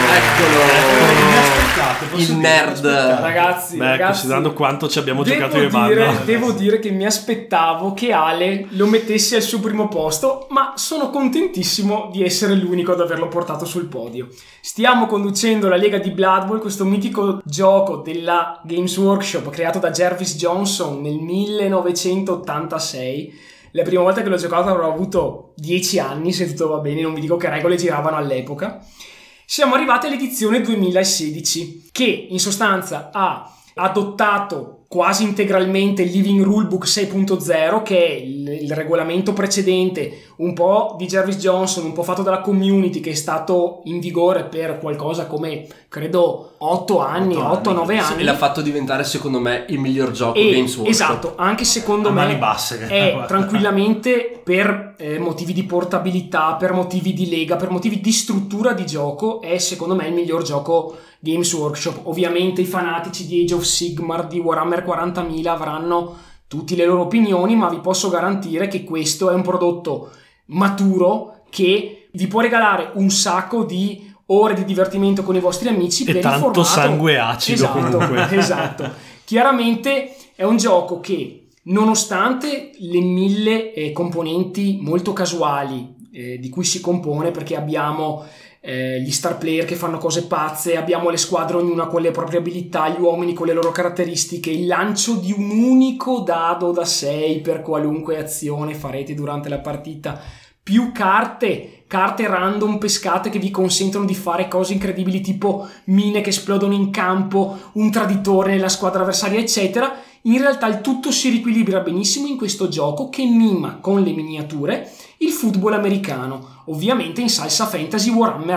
Eccolo, il nerd. Ragazzi, Beh, ragazzi, considerando quanto ci abbiamo devo giocato io e dire, Banda. devo dire che mi aspettavo che Ale lo mettesse al suo primo posto, ma sono contentissimo di essere l'unico ad averlo portato sul podio. Stiamo conducendo la Lega di Blood Bowl, questo mitico gioco della Games Workshop creato da Jervis Johnson nel millenovecentottantasei. La prima volta che l'ho giocato avrò avuto dieci anni, se tutto va bene, non vi dico che regole giravano all'epoca. Siamo arrivati all'edizione duemilasedici, che in sostanza ha adottato quasi integralmente il Living Rulebook sei punto zero, che è il, il regolamento precedente, un po' di Jervis Johnson, un po' fatto dalla community, che è stato in vigore per qualcosa come, credo, otto anni, otto nove anni. E l'ha fatto diventare, secondo me, il miglior gioco E, Games Workshop. esatto, anche secondo A me mani basse. è tranquillamente per eh, motivi di portabilità, per motivi di lega, per motivi di struttura di gioco, è secondo me il miglior gioco Games Workshop. Ovviamente i fanatici di Age of Sigmar, di Warhammer quarantamila avranno tutte le loro opinioni, ma vi posso garantire che questo è un prodotto maturo che vi può regalare un sacco di ore di divertimento con i vostri amici E per tanto il formato. sangue acido, esatto, comunque. esatto. Chiaramente è un gioco che, nonostante le mille eh, componenti molto casuali eh, di cui si compone, perché abbiamo eh, gli star player che fanno cose pazze, abbiamo le squadre ognuna con le proprie abilità, gli uomini con le loro caratteristiche, il lancio di un unico dado da sei per qualunque azione farete durante la partita, più carte, carte random pescate che vi consentono di fare cose incredibili, tipo mine che esplodono in campo, un traditore nella squadra avversaria, eccetera. In realtà il tutto si riequilibra benissimo in questo gioco che mima con le miniature il football americano, ovviamente in salsa fantasy Warhammer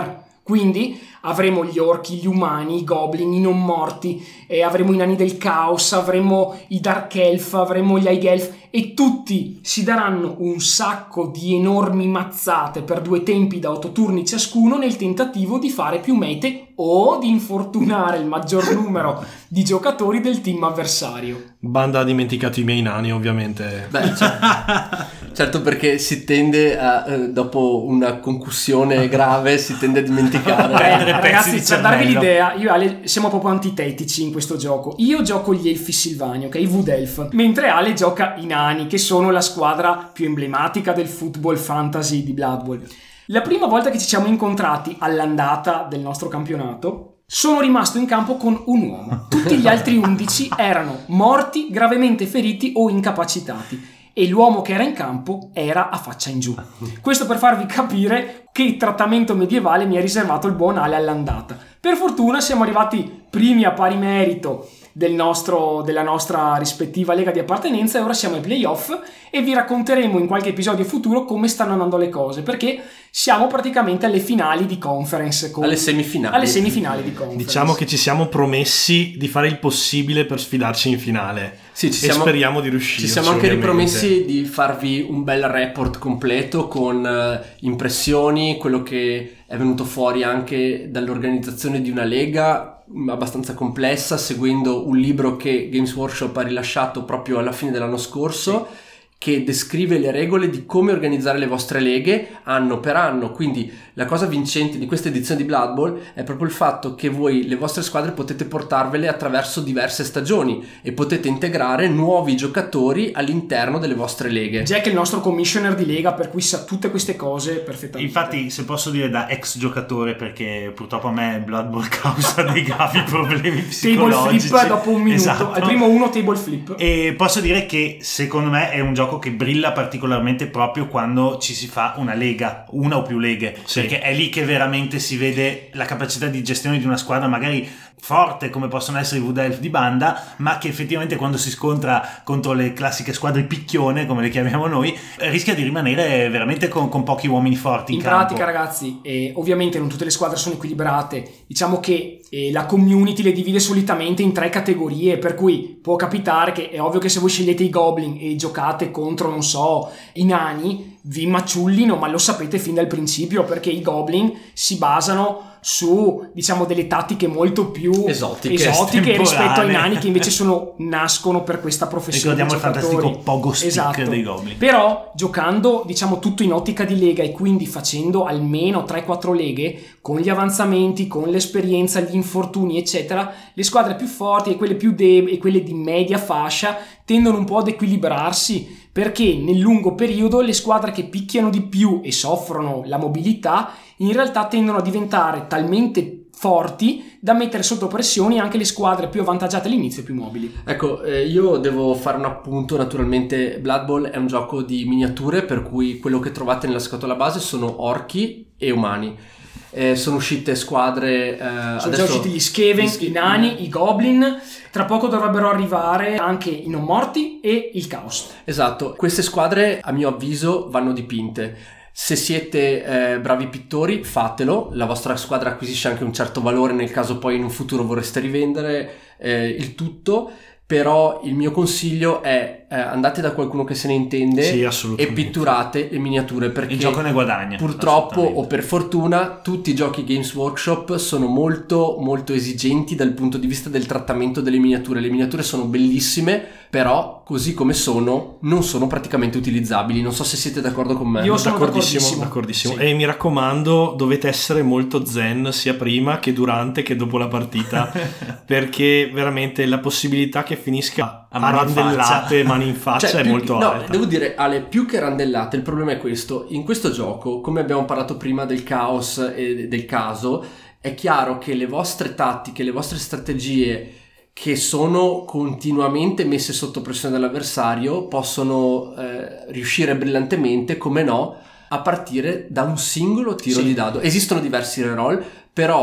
Quindi avremo gli orchi, gli umani, i goblin, i non morti, e avremo i nani del caos, avremo i dark elf, avremo gli high elf, e tutti si daranno un sacco di enormi mazzate per due tempi da otto turni ciascuno nel tentativo di fare più mete o di infortunare il maggior numero di giocatori del team avversario. Banda ha dimenticato i miei nani, ovviamente. Beh, certo, certo, perché si tende a, eh, dopo una concussione grave, si tende a dimenticare. Beh, ragazzi, per darvi l'idea, io e Ale siamo proprio antitetici in questo gioco. Io gioco gli Elfi Silvani, ok, i Wood Elf, mentre Ale gioca i Nani, che sono la squadra più emblematica del football fantasy di Blood Bowl. La prima volta che ci siamo incontrati all'andata del nostro campionato, sono rimasto in campo con un uomo. Tutti gli altri undici erano morti, gravemente feriti o incapacitati, e l'uomo che era in campo era a faccia in giù. Questo per farvi capire che trattamento medievale mi ha riservato il buon Ale all'andata. Per fortuna siamo arrivati primi a pari merito del nostro, della nostra rispettiva lega di appartenenza, e ora siamo ai playoff e vi racconteremo in qualche episodio futuro come stanno andando le cose, perché siamo praticamente alle finali di conference, con, alle semifinali alle semifinali di conference. Diciamo che ci siamo promessi di fare il possibile per sfidarci in finale. Sì, ci e siamo, speriamo di riuscire. Ci siamo anche ovviamente. ripromessi di farvi un bel report completo con uh, impressioni, quello che è venuto fuori anche dall'organizzazione di una lega abbastanza complessa, seguendo un libro che Games Workshop ha rilasciato proprio alla fine dell'anno scorso, sì, che descrive le regole di come organizzare le vostre leghe anno per anno. Quindi la cosa vincente di questa edizione di Blood Bowl è proprio il fatto che voi le vostre squadre potete portarvele attraverso diverse stagioni e potete integrare nuovi giocatori all'interno delle vostre leghe. Jack è il nostro commissioner di lega, per cui sa tutte queste cose perfettamente. Infatti, se posso dire da ex giocatore, perché purtroppo a me Blood Bowl causa dei gravi problemi psicologici. Table flip dopo un minuto, esatto. Al primo uno table flip. E posso dire che secondo me è un gioco che brilla particolarmente proprio quando ci si fa una lega, una o più leghe, sì, perché è lì che veramente si vede la capacità di gestione di una squadra magari forte come possono essere i Wood Elf di banda, ma che effettivamente quando si scontra contro le classiche squadre picchione, come le chiamiamo noi, rischia di rimanere veramente con, con pochi uomini forti in, in campo. pratica, ragazzi, eh, ovviamente non tutte le squadre sono equilibrate, diciamo che eh, la community le divide solitamente in tre categorie, per cui può capitare che è ovvio che se voi scegliete i Goblin e giocate contro, non so, i Nani, vi maciullino, ma lo sapete fin dal principio, perché i Goblin si basano su, diciamo, delle tattiche molto più esotiche, esotiche rispetto ai Nani, che invece sono nascono per questa professione. Ricordiamo il fantastico pogo stick, esatto, dei Goblin. Però giocando, diciamo, tutto in ottica di lega, e quindi facendo almeno tre quattro leghe con gli avanzamenti, con l'esperienza, gli infortuni eccetera, le squadre più forti e quelle più deboli e quelle di media fascia tendono un po' ad equilibrarsi, perché nel lungo periodo le squadre che picchiano di più e soffrono la mobilità in realtà tendono a diventare talmente forti da mettere sotto pressione anche le squadre più avvantaggiate all'inizio e più mobili. Ecco, eh, io devo fare un appunto. Naturalmente Blood Bowl è un gioco di miniature, per cui quello che trovate nella scatola base sono orchi e umani. Eh, sono uscite squadre, eh, sono adesso già usciti gli Skaven, gli sch- i Nani, i Goblin. Tra poco dovrebbero arrivare anche i non morti e il Caos. Esatto, queste squadre a mio avviso vanno dipinte. Se siete eh, bravi pittori, fatelo, la vostra squadra acquisisce anche un certo valore nel caso poi in un futuro vorreste rivendere eh, il tutto. Però il mio consiglio è eh, andate da qualcuno che se ne intende, sì, e pitturate le miniature, perché il gioco ne guadagna. Purtroppo o per fortuna tutti i giochi Games Workshop sono molto molto esigenti dal punto di vista del trattamento delle miniature. Le miniature sono bellissime, però così come sono non sono praticamente utilizzabili. Non so se siete d'accordo con me. Io sono d'accordissimo, d'accordissimo. Sì. E mi raccomando, dovete essere molto zen sia prima che durante che dopo la partita perché veramente la possibilità che finisca a, a randellate, mani in faccia, cioè, è molto che, no, alta. Devo dire, Ale, più che randellate, il problema è questo: in questo gioco, come abbiamo parlato prima del caos e del caso, è chiaro che le vostre tattiche, le vostre strategie che sono continuamente messe sotto pressione dall'avversario possono eh, riuscire brillantemente, come no, a partire da un singolo tiro sì. di dado. Esistono diversi reroll, però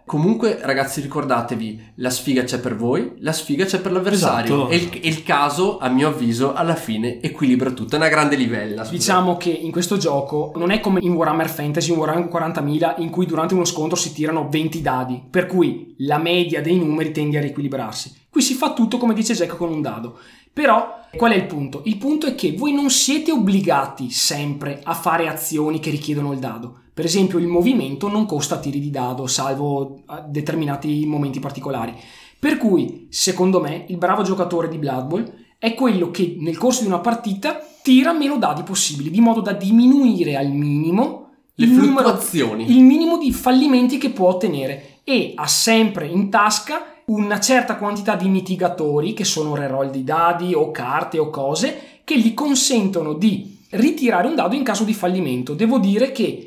Comunque ragazzi, ricordatevi, la sfiga c'è per voi, la sfiga c'è per l'avversario. Esatto. E, il, e il caso, a mio avviso, alla fine equilibra tutto, è una grande livella. Scusate. Diciamo che in questo gioco non è come in Warhammer Fantasy, in Warhammer quarantamila, in cui durante uno scontro si tirano venti dadi, per cui la media dei numeri tende a riequilibrarsi. Qui si fa tutto come dice Jack con un dado. Però qual è il punto? Il punto è che voi non siete obbligati sempre a fare azioni che richiedono il dado. Per esempio il movimento non costa tiri di dado, salvo determinati momenti particolari. Per cui, secondo me, il bravo giocatore di Blood Bowl è quello che nel corso di una partita tira meno dadi possibili, di modo da diminuire al minimo le il fluttuazioni, numero, il minimo di fallimenti che può ottenere, e ha sempre in tasca una certa quantità di mitigatori, che sono reroll di dadi o carte o cose, che gli consentono di ritirare un dado in caso di fallimento. Devo dire che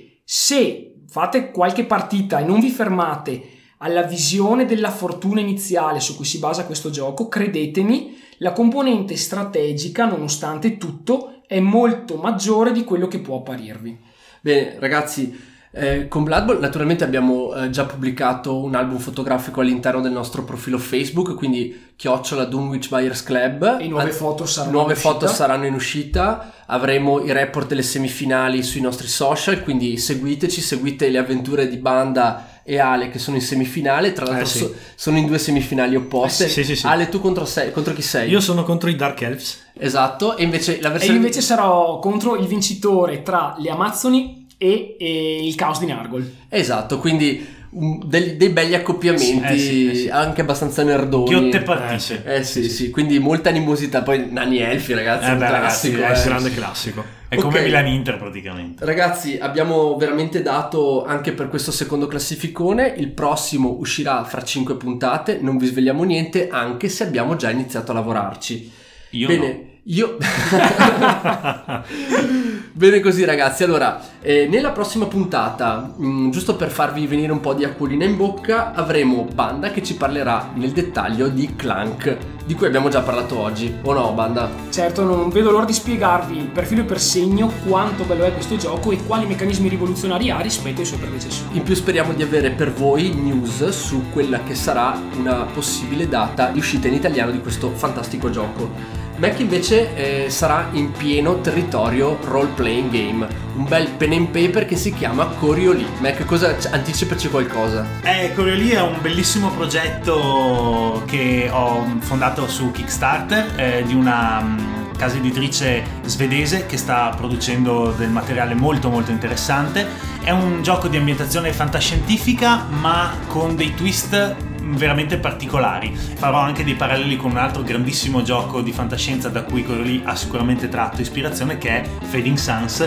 se fate qualche partita e non vi fermate alla visione della fortuna iniziale su cui si basa questo gioco, credetemi, la componente strategica, nonostante tutto, è molto maggiore di quello che può apparirvi. Bene ragazzi, eh, con Blood Bowl naturalmente abbiamo eh, già pubblicato un album fotografico all'interno del nostro profilo Facebook, quindi chiocciola Dunwich Buyers Club, e nuove An- foto saranno nuove in foto uscita. saranno in uscita. Avremo i report delle semifinali sui nostri social, quindi seguiteci, seguite le avventure di Banda e Ale che sono in semifinale. Tra l'altro Eh, sì. so- sono in due semifinali opposte. Eh, sì, sì, sì. Ale, tu contro, sei, contro chi sei? Io sono contro i Dark Elves. Esatto, e invece la E versione io invece sarò contro il vincitore tra le Amazzoni e, e il Caos di Nargol. Esatto, quindi um, dei, dei belli accoppiamenti, Eh sì, eh sì. anche abbastanza nerdoni. Ghiotte partite. Eh sì, sì, quindi molta animosità. Poi Nani Elfi, ragazzi, Eh è un beh, classico. ragazzi, eh. eh, sì, Grande sì. classico. È come Ok. Milan-Inter praticamente. Ragazzi, abbiamo veramente dato anche per questo secondo classificone. Il prossimo uscirà fra cinque puntate, non vi svegliamo niente, anche se abbiamo già iniziato a lavorarci. Io Bene, no. io... Bene così ragazzi, allora eh, nella prossima puntata, mh, giusto per farvi venire un po' di acquolina in bocca, avremo Banda che ci parlerà nel dettaglio di Clank, di cui abbiamo già parlato oggi, o no Banda? Certo, non vedo l'ora di spiegarvi per filo e per segno quanto bello è questo gioco e quali meccanismi rivoluzionari ha rispetto ai suoi predecessori. In più speriamo di avere per voi news su quella che sarà una possibile data di uscita in italiano di questo fantastico gioco. Mac invece eh, sarà in pieno territorio role playing game, un bel pen and paper che si chiama Coriolì. Mac, cosa anticipaci qualcosa? Eh, Coriolì è un bellissimo progetto che ho fondato su Kickstarter eh, di una um, casa editrice svedese che sta producendo del materiale molto molto interessante. È un gioco di ambientazione fantascientifica ma con dei twist veramente particolari. Farò anche dei paralleli con un altro grandissimo gioco di fantascienza da cui Coriolì ha sicuramente tratto ispirazione, che è Fading Suns,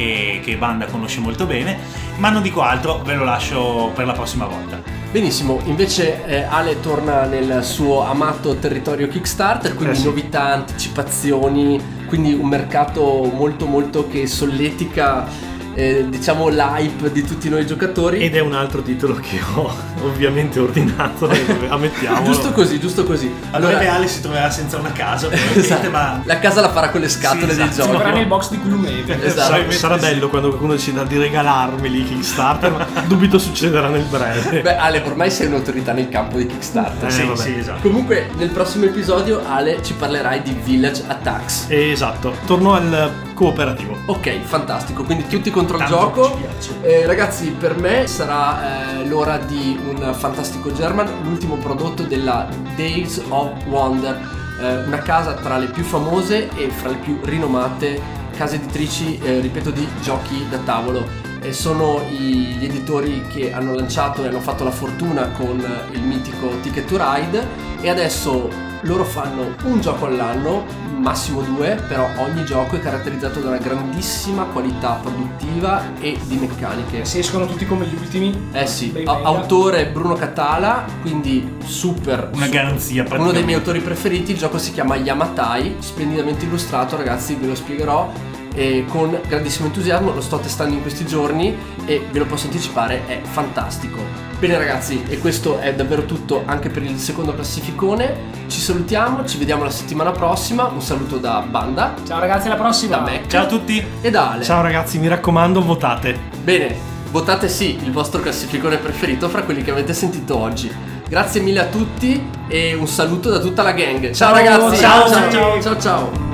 e che Banda conosce molto bene, ma non dico altro, ve lo lascio per la prossima volta. Benissimo, invece eh, Ale torna nel suo amato territorio Kickstarter, quindi Eh sì. novità, anticipazioni, quindi un mercato molto molto che solletica eh, diciamo l'hype di tutti noi giocatori. Ed è un altro titolo che ho ovviamente ordinato, ammettiamolo. Giusto così, giusto così. Allora Reale si troverà senza una casa, probabilmente, esatto, ma la casa la farà con le scatole Sì, dei esatto. giochi. Troverà nel box di Gloomhaven. Esatto. Sarà, sarà bello quando qualcuno decida di regalarmeli Kickstarter, ma dubito succederà nel breve. Beh Ale, ormai sei un'autorità nel campo di Kickstarter. Eh, sì, vabbè. sì, esatto. Comunque nel prossimo episodio Ale ci parlerai di Village Attacks. Esatto, torno al cooperativo. Ok, fantastico, quindi tutti contro il Tanto gioco. ci piace. Eh, ragazzi, per me sarà eh, l'ora di un fantastico German, l'ultimo prodotto della Days of Wonder, eh, una casa tra le più famose e fra le più rinomate case editrici, eh, ripeto, di giochi da tavolo. E sono i, gli editori che hanno lanciato e hanno fatto la fortuna con il mitico Ticket to Ride, e adesso loro fanno un gioco all'anno, massimo due, però ogni gioco è caratterizzato da una grandissima qualità produttiva e di meccaniche. Se escono tutti come gli ultimi, Eh sì, ben a- venga. autore Bruno Catala, quindi super, Una super- garanzia uno dei miei praticamente. autori preferiti. Il gioco si chiama Yamatai, splendidamente illustrato, ragazzi, ve lo spiegherò e con grandissimo entusiasmo, lo sto testando in questi giorni e ve lo posso anticipare, è fantastico. Bene ragazzi, e questo è davvero tutto anche per il secondo classificone. Ci salutiamo, ci vediamo la settimana prossima. Un saluto da Banda, ciao ragazzi, alla prossima. da Mac Ciao a tutti! e da Ale. Ciao ragazzi, mi raccomando, votate. Bene, votate sì il vostro classificone preferito fra quelli che avete sentito oggi. Grazie mille a tutti e un saluto da tutta la gang. Ciao, Ciao, ragazzi. ciao, ciao, ciao. ciao, ciao.